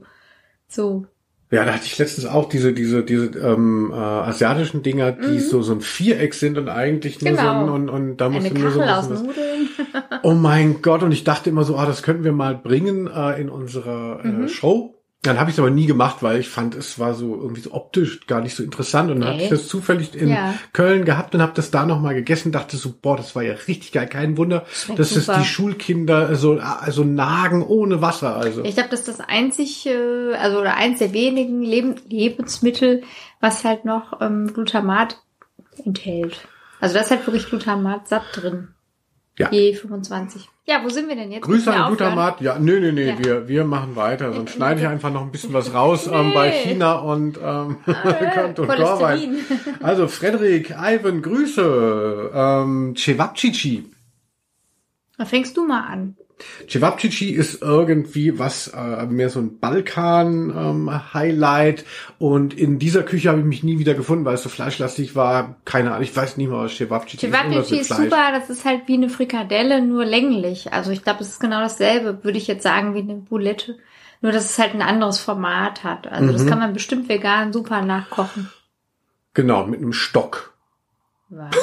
so. Ja, da hatte ich letztens auch diese diese diese ähm, äh, asiatischen Dinger, die so so ein Viereck sind und eigentlich nur Genau. so ein, und und da musst Eine du nur so ein Kachel aus bisschen was- Nudeln. Oh mein Gott, und ich dachte immer so, ah, das könnten wir mal bringen äh, in unserer äh, Show. Dann habe ich es aber nie gemacht, weil ich fand, es war so irgendwie so optisch gar nicht so interessant. Und dann Nee. habe ich das zufällig in Ja. Köln gehabt und habe das da nochmal gegessen. Dachte so, boah, das war ja richtig geil. Kein Wunder, Schmeckt dass es super. die Schulkinder so also nagen ohne Wasser. Also Ich glaube, das ist das einzig, äh, also oder eins der wenigen Leben, Lebensmittel, was halt noch ähm, Glutamat enthält. Also da ist halt wirklich Glutamat satt drin. Ja. G fünfundzwanzig. Ja, wo sind wir denn jetzt? Grüße Müssen wir an aufhören? Glutamat. Ja, nö, nö, nö, Ja. wir wir machen weiter. Sonst Äh, schneide ich äh, einfach noch ein bisschen was raus ähm, bei Nee. China und ähm, Äh, Kant und Korwein. Cholesterin. Also Frederik, Ivan, Grüße. Ähm, Cevapcici. Dann fängst du mal an. Cevapcici ist irgendwie was, äh, mehr so ein Balkan-Highlight. und in dieser Küche habe ich mich nie wieder gefunden, weil es so fleischlastig war. Keine Ahnung, ich weiß nicht mal, was Cevapcici ist. Irgendwas Cevapcici mit ist Fleisch. super, das ist halt wie eine Frikadelle, nur länglich. Also ich glaube, es ist genau dasselbe, würde ich jetzt sagen, wie eine Boulette. Nur, dass es halt ein anderes Format hat. Also Mhm. das kann man bestimmt vegan super nachkochen. Genau, mit einem Stock. Was?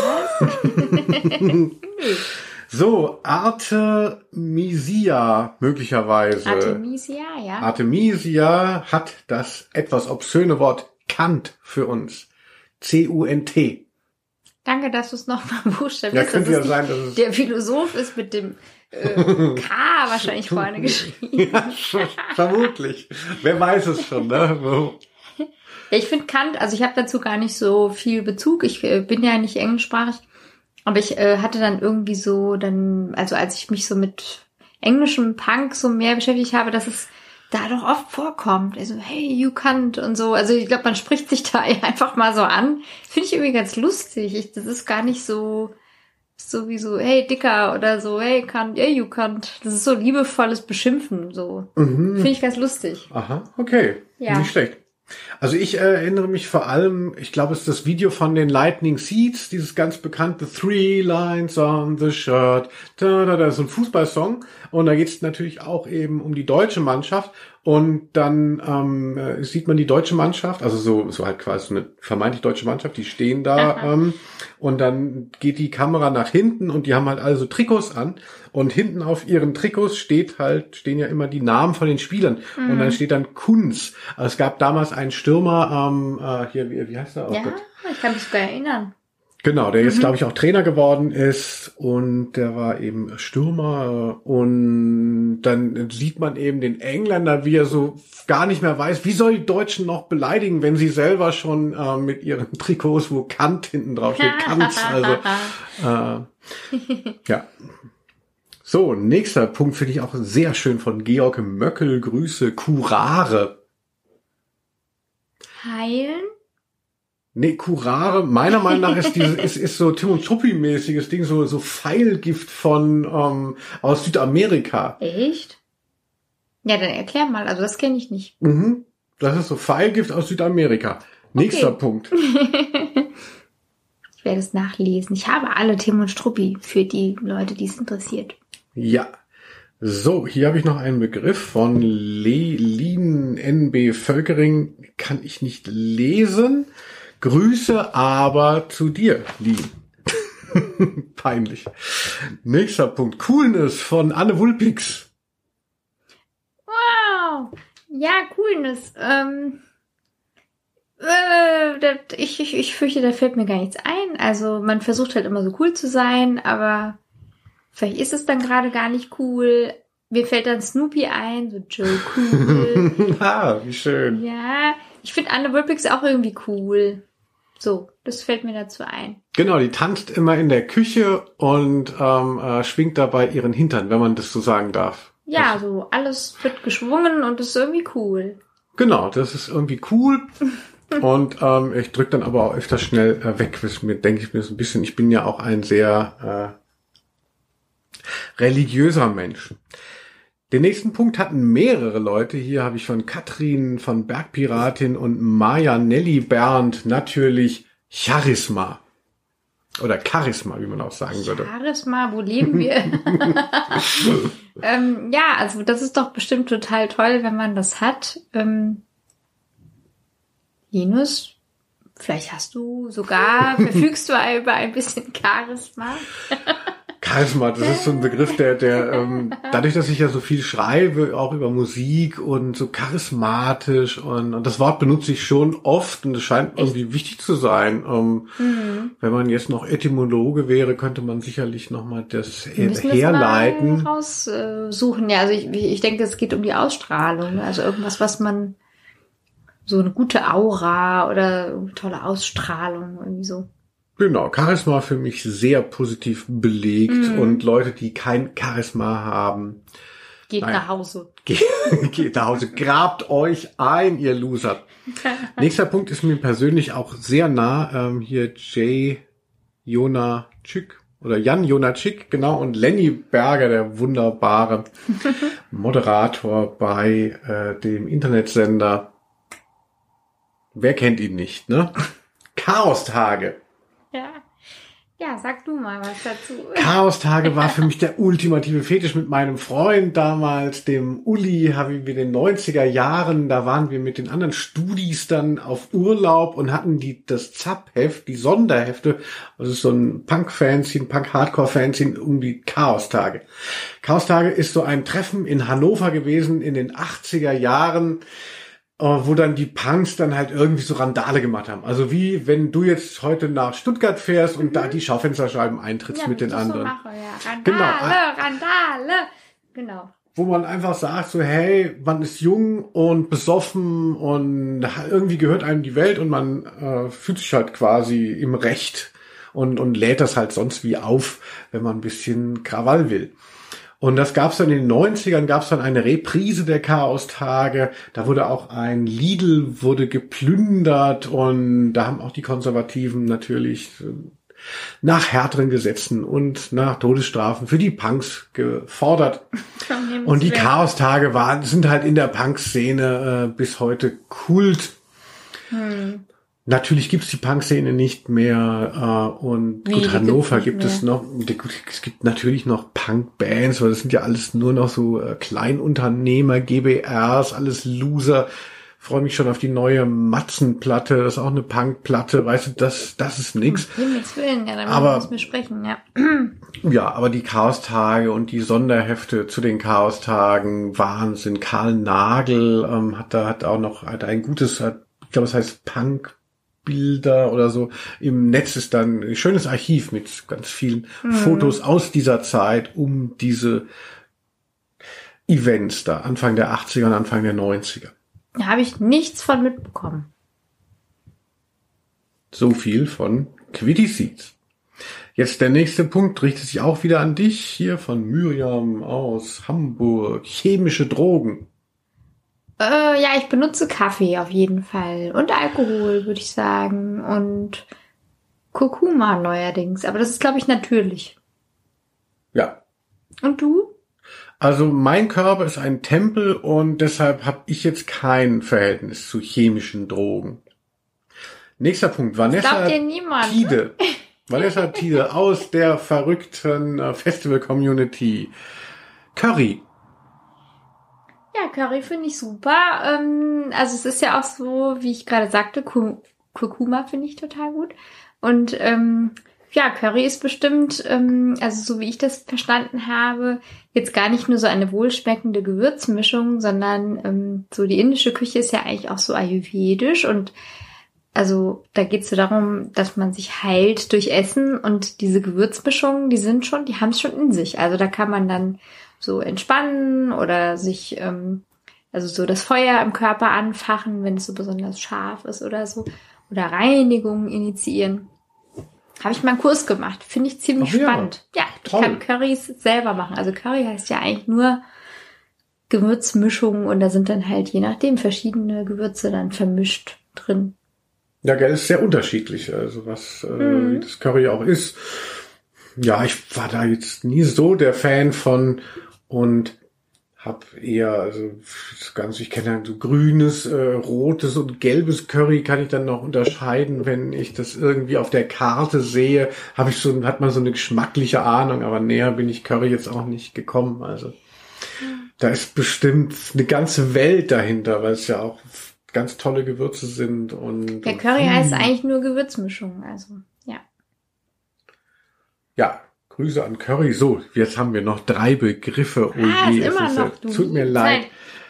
So, Artemisia möglicherweise. Artemisia, ja. Artemisia hat das etwas obszöne Wort Kant für uns. C U N T. Danke, dass du es nochmal buchstabierst. Ja, könnte dass ja es sein, nicht- dass es- der Philosoph ist mit dem äh, K wahrscheinlich vorne geschrieben. Ja, vermutlich. Wer weiß es schon, ne? So. Ja, ich finde Kant, also ich habe dazu gar nicht so viel Bezug. Ich äh, bin ja nicht englischsprachig, aber ich äh, hatte dann irgendwie so dann, also als ich mich so mit englischem Punk so mehr beschäftigt habe, dass es da doch oft vorkommt. Also, hey, you Kant und so. Also ich glaube, man spricht sich da einfach mal so an. Finde ich irgendwie ganz lustig. Ich, das ist gar nicht so Sowieso, hey Dicker oder so, hey Kant, hey you Kant. Das ist so liebevolles Beschimpfen, so. Mhm. Finde ich ganz lustig. Aha, okay. Ja. Nicht schlecht. Also ich erinnere mich vor allem, ich glaube, es ist das Video von den Lightning Seeds, dieses ganz bekannte Three Lines on the Shirt. Da, da, da, ist so ein Fußballsong. Und da geht es natürlich auch eben um die deutsche Mannschaft. Und dann ähm, sieht man die deutsche Mannschaft, also so so halt quasi eine vermeintlich deutsche Mannschaft, die stehen da ähm, und dann geht die Kamera nach hinten und die haben halt also Trikots an und hinten auf ihren Trikots steht halt stehen ja immer die Namen von den Spielern mhm. und dann steht dann Kunz. Also es gab damals einen Stürmer, ähm, äh, hier wie, wie heißt der? Oh ja, Gott. Ich kann mich sogar erinnern. Genau, der jetzt, mhm. glaube ich, auch Trainer geworden ist und der war eben Stürmer und dann sieht man eben den Engländer, wie er so gar nicht mehr weiß, wie soll die Deutschen noch beleidigen, wenn sie selber schon äh, mit ihren Trikots, wo Kant hinten drauf steht, Kant, also äh, ja. So, nächster Punkt finde ich auch sehr schön von Georg Möckel, Grüße, Curare. Heilen? Nee, Curare, meiner Meinung nach ist dieses, ist, ist so Tim und Struppi-mäßiges Ding, so, so Pfeilgift von, ähm, aus Südamerika. Echt? Ja, dann erklär mal, also das kenne ich nicht. Mhm. Das ist so Pfeilgift aus Südamerika. Nächster okay. Punkt. Ich werde es nachlesen. Ich habe alle Tim und Struppi für die Leute, die es interessiert. Ja. So, hier habe ich noch einen Begriff von Lin N B Völkering. Kann ich nicht lesen. Grüße aber zu dir, Lin. Peinlich. Nächster Punkt. Coolness von Anne Wulpix. Wow. Ja, Coolness. Ähm, äh, das, ich, ich, ich fürchte, da fällt mir gar nichts ein. Also man versucht halt immer so cool zu sein, aber vielleicht ist es dann gerade gar nicht cool. Mir fällt dann Snoopy ein, so Joe Cool. Ah, wie schön. Ja, ich finde Anne Wulpix auch irgendwie cool. So, das fällt mir dazu ein. Genau, die tanzt immer in der Küche und ähm, äh, schwingt dabei ihren Hintern, wenn man das so sagen darf. Ja, das so alles wird geschwungen und das ist irgendwie cool. Genau, das ist irgendwie cool. Und ähm, ich drücke dann aber auch öfter schnell äh, weg. Das mir, denke ich mir so ein bisschen, ich bin ja auch ein sehr äh, religiöser Mensch. Den nächsten Punkt hatten mehrere Leute. Hier habe ich von Katrin, von Bergpiratin und Maja Nelly Bernd natürlich Charisma. Oder Charisma, wie man auch sagen würde. Charisma, wo leben wir? ähm, ja, also das ist doch bestimmt total toll, wenn man das hat. Ähm, Linus, vielleicht hast du sogar, verfügst du über ein bisschen Charisma? Charisma, das ist so ein Begriff, der, der ähm, dadurch, dass ich ja so viel schreibe, auch über Musik und so charismatisch und, und das Wort benutze ich schon oft und es scheint Echt? irgendwie wichtig zu sein. Ähm, mhm. Wenn man jetzt noch Etymologe wäre, könnte man sicherlich nochmal das Wir müssen herleiten. Das mal raussuchen. Ja, also ich, ich denke, es geht um die Ausstrahlung, also irgendwas, was man so eine gute Aura oder tolle Ausstrahlung irgendwie so. Genau, Charisma für mich sehr positiv belegt mhm. und Leute, die kein Charisma haben. Geht nein, nach Hause. Geht, geht nach Hause. Grabt euch ein, ihr Loser. Nächster Punkt ist mir persönlich auch sehr nah. Ähm, hier Jay Jonachik oder Jan Jonachik, genau, und Lenny Berger, der wunderbare Moderator bei äh, dem Internetsender. Wer kennt ihn nicht, ne? Chaos-Tage. Ja. Ja, sag du mal was dazu. Chaos-Tage war für mich der ultimative Fetisch mit meinem Freund damals, dem Uli, haben wir in den neunziger Jahren, da waren wir mit den anderen Studis dann auf Urlaub und hatten die das Zapp-Heft, die Sonderhefte, also so ein Punk-Fanzine, Punk-Hardcore-Fanzine um die Chaos-Tage. Chaos-Tage ist so ein Treffen in Hannover gewesen in den achtziger Jahren, wo dann die Punks dann halt irgendwie so Randale gemacht haben. Also wie wenn du jetzt heute nach Stuttgart fährst und mhm. da die Schaufensterscheiben eintrittst ja, mit den anderen. So mache, ja. Randale, genau. Randale. Genau. Wo man einfach sagt so, hey, man ist jung und besoffen und irgendwie gehört einem die Welt und man äh, fühlt sich halt quasi im Recht und, und lädt das halt sonst wie auf, wenn man ein bisschen Krawall will. Und das gab's dann in den neunzigern, gab's dann eine Reprise der Chaos-Tage. Da wurde auch ein Lidl wurde geplündert und da haben auch die Konservativen natürlich nach härteren Gesetzen und nach Todesstrafen für die Punks gefordert. Und die Chaos-Tage waren, sind halt in der Punk-Szene äh, bis heute Kult. Hm. Natürlich gibt's die Punk-Szene nicht mehr äh, und Wie, gut, Hannover gibt mehr. es noch, es gibt natürlich noch Punk-Bands, weil das sind ja alles nur noch so äh, Kleinunternehmer, G B Rs, alles Loser. Freue mich schon auf die neue Matzenplatte, das ist auch eine Punk-Platte, weißt du, das das ist nix. Hm, nix willen, ja, dann aber müssen wir sprechen, ja. Ja, aber die Chaos-Tage und die Sonderhefte zu den Chaos-Tagen, Wahnsinn. Karl Nagel ähm, hat da hat auch noch hat ein gutes, hat, ich glaube, es heißt Punk Bilder oder so. Im Netz ist dann ein schönes Archiv mit ganz vielen mhm. Fotos aus dieser Zeit um diese Events da, Anfang der achtziger und Anfang der neunziger. Da habe ich nichts von mitbekommen. So viel von Quitty Seeds. Jetzt der nächste Punkt richtet sich auch wieder an dich, hier von Miriam aus Hamburg. Chemische Drogen. Äh, ja, ich benutze Kaffee auf jeden Fall. Und Alkohol, würde ich sagen. Und Kurkuma neuerdings. Aber das ist, glaube ich, natürlich. Ja. Und du? Also mein Körper ist ein Tempel und deshalb habe ich jetzt kein Verhältnis zu chemischen Drogen. Nächster Punkt. Vanessa Glaubt dir niemand, Tide. Vanessa Tide aus der verrückten äh, Festival-Community. Curry. Ja, Curry finde ich super. Ähm, also es ist ja auch so, wie ich gerade sagte, Kur- Kurkuma finde ich total gut. Und ähm, ja, Curry ist bestimmt, ähm, also so wie ich das verstanden habe, jetzt gar nicht nur so eine wohlschmeckende Gewürzmischung, sondern ähm, so die indische Küche ist ja eigentlich auch so ayurvedisch und also da geht es so darum, dass man sich heilt durch Essen und diese Gewürzmischungen, die sind schon, die haben es schon in sich. Also da kann man dann so entspannen oder sich, ähm, also so das Feuer im Körper anfachen, wenn es so besonders scharf ist oder so. Oder Reinigungen initiieren. Habe ich mal einen Kurs gemacht. Finde ich ziemlich Ach ja. spannend. Ja, ich Toll. kann Currys selber machen. Also Curry heißt ja eigentlich nur Gewürzmischung und da sind dann halt je nachdem verschiedene Gewürze dann vermischt drin. Ja, gell, ist sehr unterschiedlich, also was äh, Mhm. wie das Curry auch ist. Ja, ich war da jetzt nie so der Fan von und hab eher, also das Ganze, ich kenne ja so grünes, äh, rotes und gelbes Curry kann ich dann noch unterscheiden, wenn ich das irgendwie auf der Karte sehe, habe ich so, hat man so eine geschmackliche Ahnung, aber näher bin ich Curry jetzt auch nicht gekommen. Also da ist bestimmt eine ganze Welt dahinter, weil es ja auch ganz tolle Gewürze sind und Ja, Curry und, heißt eigentlich nur Gewürzmischung, also ja. Ja, Grüße an Curry. So, jetzt haben wir noch drei Begriffe. Oh Ah, je, ist es immer ist, noch, äh, du. tut mir leid.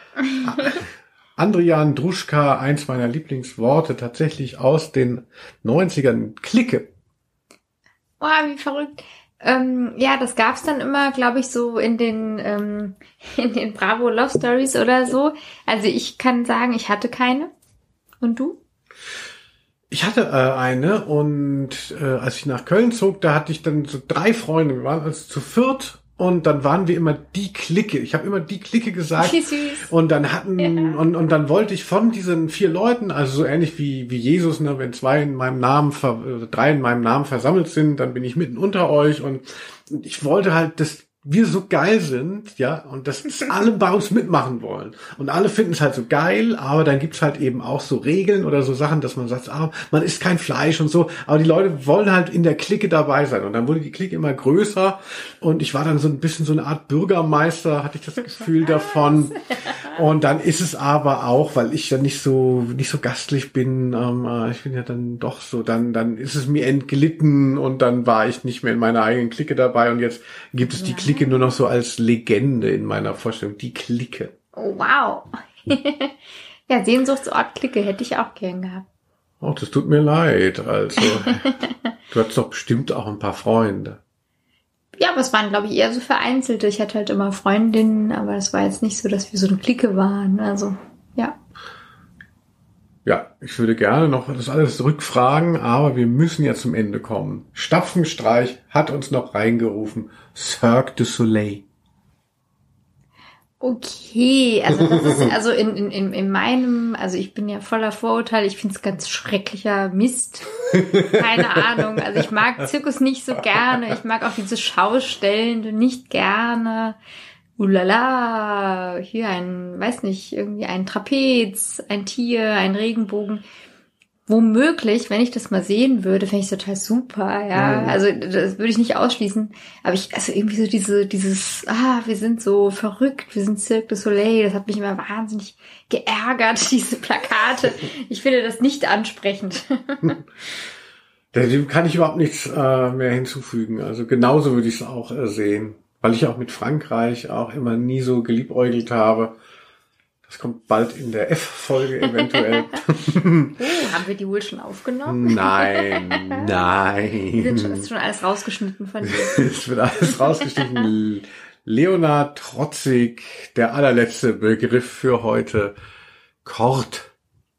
Andrian Druschka, eins meiner Lieblingsworte, tatsächlich aus den neunzigern. Clique. Oh, wie verrückt. Ähm, ja, das gab's dann immer, glaube ich, so in den ähm, in den Bravo Love Stories oder so. Also ich kann sagen, ich hatte keine. Und du? Ich hatte äh, eine und äh, als ich nach Köln zog, da hatte ich dann so drei Freunde. Wir waren also zu viert und dann waren wir immer die Clique. Ich habe immer die Clique gesagt. Wie süß. Und dann hatten Ja. und und dann wollte ich von diesen vier Leuten, also so ähnlich wie wie Jesus, ne, wenn zwei in meinem Namen, ver, äh, drei in meinem Namen versammelt sind, dann bin ich mitten unter euch und, und ich wollte halt, dass wir so geil sind, ja, und dass alle bei uns mitmachen wollen. Und alle finden es halt so geil, aber dann gibt's halt eben auch so Regeln oder so Sachen, dass man sagt, ah, man isst kein Fleisch und so, aber die Leute wollen halt in der Clique dabei sein. Und dann wurde die Clique immer größer und ich war dann so ein bisschen so eine Art Bürgermeister, hatte ich das Gefühl davon. Und dann ist es aber auch, weil ich ja nicht so nicht so gastlich bin, ähm, äh, ich bin ja dann doch so, dann dann ist es mir entglitten und dann war ich nicht mehr in meiner eigenen Clique dabei und jetzt gibt es die Clique nur noch so als Legende in meiner Vorstellung, die Clique. Oh, wow. Ja, Sehnsuchtsort Clique hätte ich auch gern gehabt. Oh, das tut mir leid, also du hattest doch bestimmt auch ein paar Freunde. Ja, aber es waren, glaube ich, eher so vereinzelte. Ich hatte halt immer Freundinnen, aber es war jetzt nicht so, dass wir so eine Clique waren. Also, ja. Ja, ich würde gerne noch das alles rückfragen, aber wir müssen ja zum Ende kommen. Stapfenstreich hat uns noch reingerufen. Cirque du Soleil. Okay, also das ist also in, in, in, in meinem, also ich bin ja voller Vorurteile, ich finde es ganz schrecklicher Mist. Keine Ahnung, also ich mag Zirkus nicht so gerne, ich mag auch diese Schaustellen nicht gerne. Ulala, hier ein, weiß nicht, irgendwie ein Trapez, ein Tier, ein Regenbogen. Womöglich, wenn ich das mal sehen würde, fände ich total super, ja. Mhm. Also das würde ich nicht ausschließen. Aber ich, also irgendwie so diese, dieses, ah, wir sind so verrückt, wir sind Cirque du Soleil, das hat mich immer wahnsinnig geärgert, diese Plakate. Ich finde das nicht ansprechend. Dem kann ich überhaupt nichts äh, mehr hinzufügen. Also genauso würde ich es auch äh, sehen. Weil ich auch mit Frankreich auch immer nie so geliebäugelt habe. Das kommt bald in der F-Folge eventuell. Oh, haben wir die wohl schon aufgenommen? Nein, nein. Das ist schon alles rausgeschnitten von dir. Es wird alles rausgeschnitten. Leonard Trotzig, der allerletzte Begriff für heute. Kord.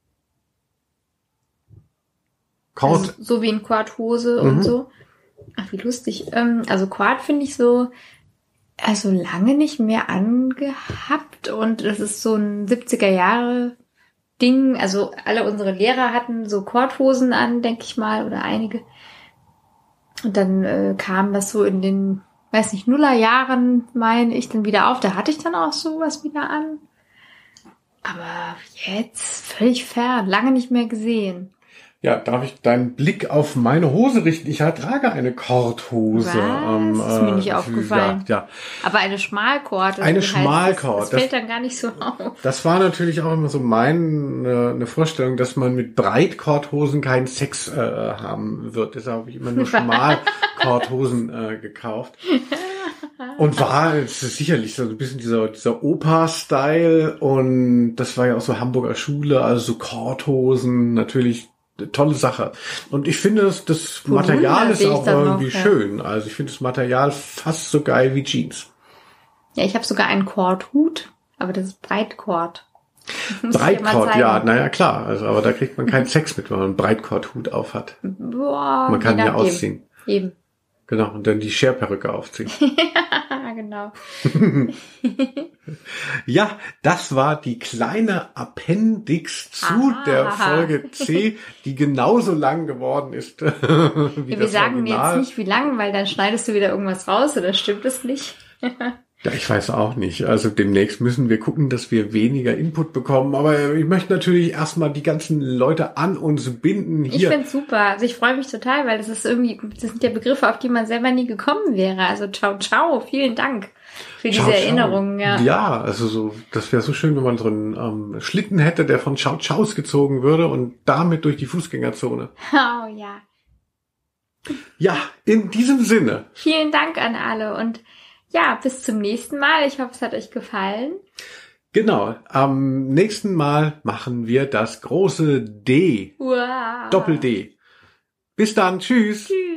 Kord. Also, so wie in Korthose und mhm. so. Ach, wie lustig. Also Quad finde ich so... Also lange nicht mehr angehabt und das ist so ein siebziger Jahre Ding. Also alle unsere Lehrer hatten so Korthosen an, denke ich mal, oder einige. Und dann äh, kam das so in den, weiß nicht, Nullerjahren, meine ich, dann wieder auf. Da hatte ich dann auch sowas wieder an. Aber jetzt völlig fern, lange nicht mehr gesehen. Ja, darf ich deinen Blick auf meine Hose richten? Ich trage eine Korthose. Was? Ähm, das ist mir nicht äh, aufgefallen. Ja, ja. Aber eine Schmalkord. Eine Schmalkord. Das, das fällt dann gar nicht so auf. Das war natürlich auch immer so meine eine Vorstellung, dass man mit Breitkordhosen keinen Sex äh, haben wird. Deshalb habe ich immer nur Schmalkordhosen äh, gekauft. Und war es ist sicherlich so ein bisschen dieser dieser Opa-Style. Und das war ja auch so Hamburger Schule, also so Korthosen, natürlich tolle Sache. Und ich finde, das, das Material ist auch irgendwie noch, ja. schön. Also ich finde das Material fast so geil wie Jeans. Ja, ich habe sogar einen Kordhut, aber das ist Breitkord. Breitkord, ja, naja, klar. Also, aber da kriegt man keinen Sex mit, wenn man einen Breitkordhut auf hat. Boah, man kann ihn ja ausziehen. Eben. Genau, und dann die Scherperücke aufziehen. Ja, genau. Ja, das war die kleine Appendix zu aha, der aha. Folge C, die genauso lang geworden ist wie ja, das wir sagen Original. Jetzt nicht wie lang, weil dann schneidest du wieder irgendwas raus, oder stimmt das nicht? Ja, ich weiß auch nicht. Also demnächst müssen wir gucken, dass wir weniger Input bekommen. Aber ich möchte natürlich erstmal die ganzen Leute an uns binden. Hier. Ich find's super. Also ich freue mich total, weil das ist irgendwie, das sind ja Begriffe, auf die man selber nie gekommen wäre. Also ciao, ciao. Vielen Dank für ciao, diese ciao. Erinnerungen. Ja. ja, also so, das wäre so schön, wenn man so einen ähm, Schlitten hätte, der von Ciao Ciaos gezogen würde und damit durch die Fußgängerzone. Oh ja. Ja, in diesem Sinne. Vielen Dank an alle und ja, bis zum nächsten Mal. Ich hoffe, es hat euch gefallen. Genau. Am nächsten Mal machen wir das große D. Wow. Doppel-D. Bis dann. Tschüss. Tschüss.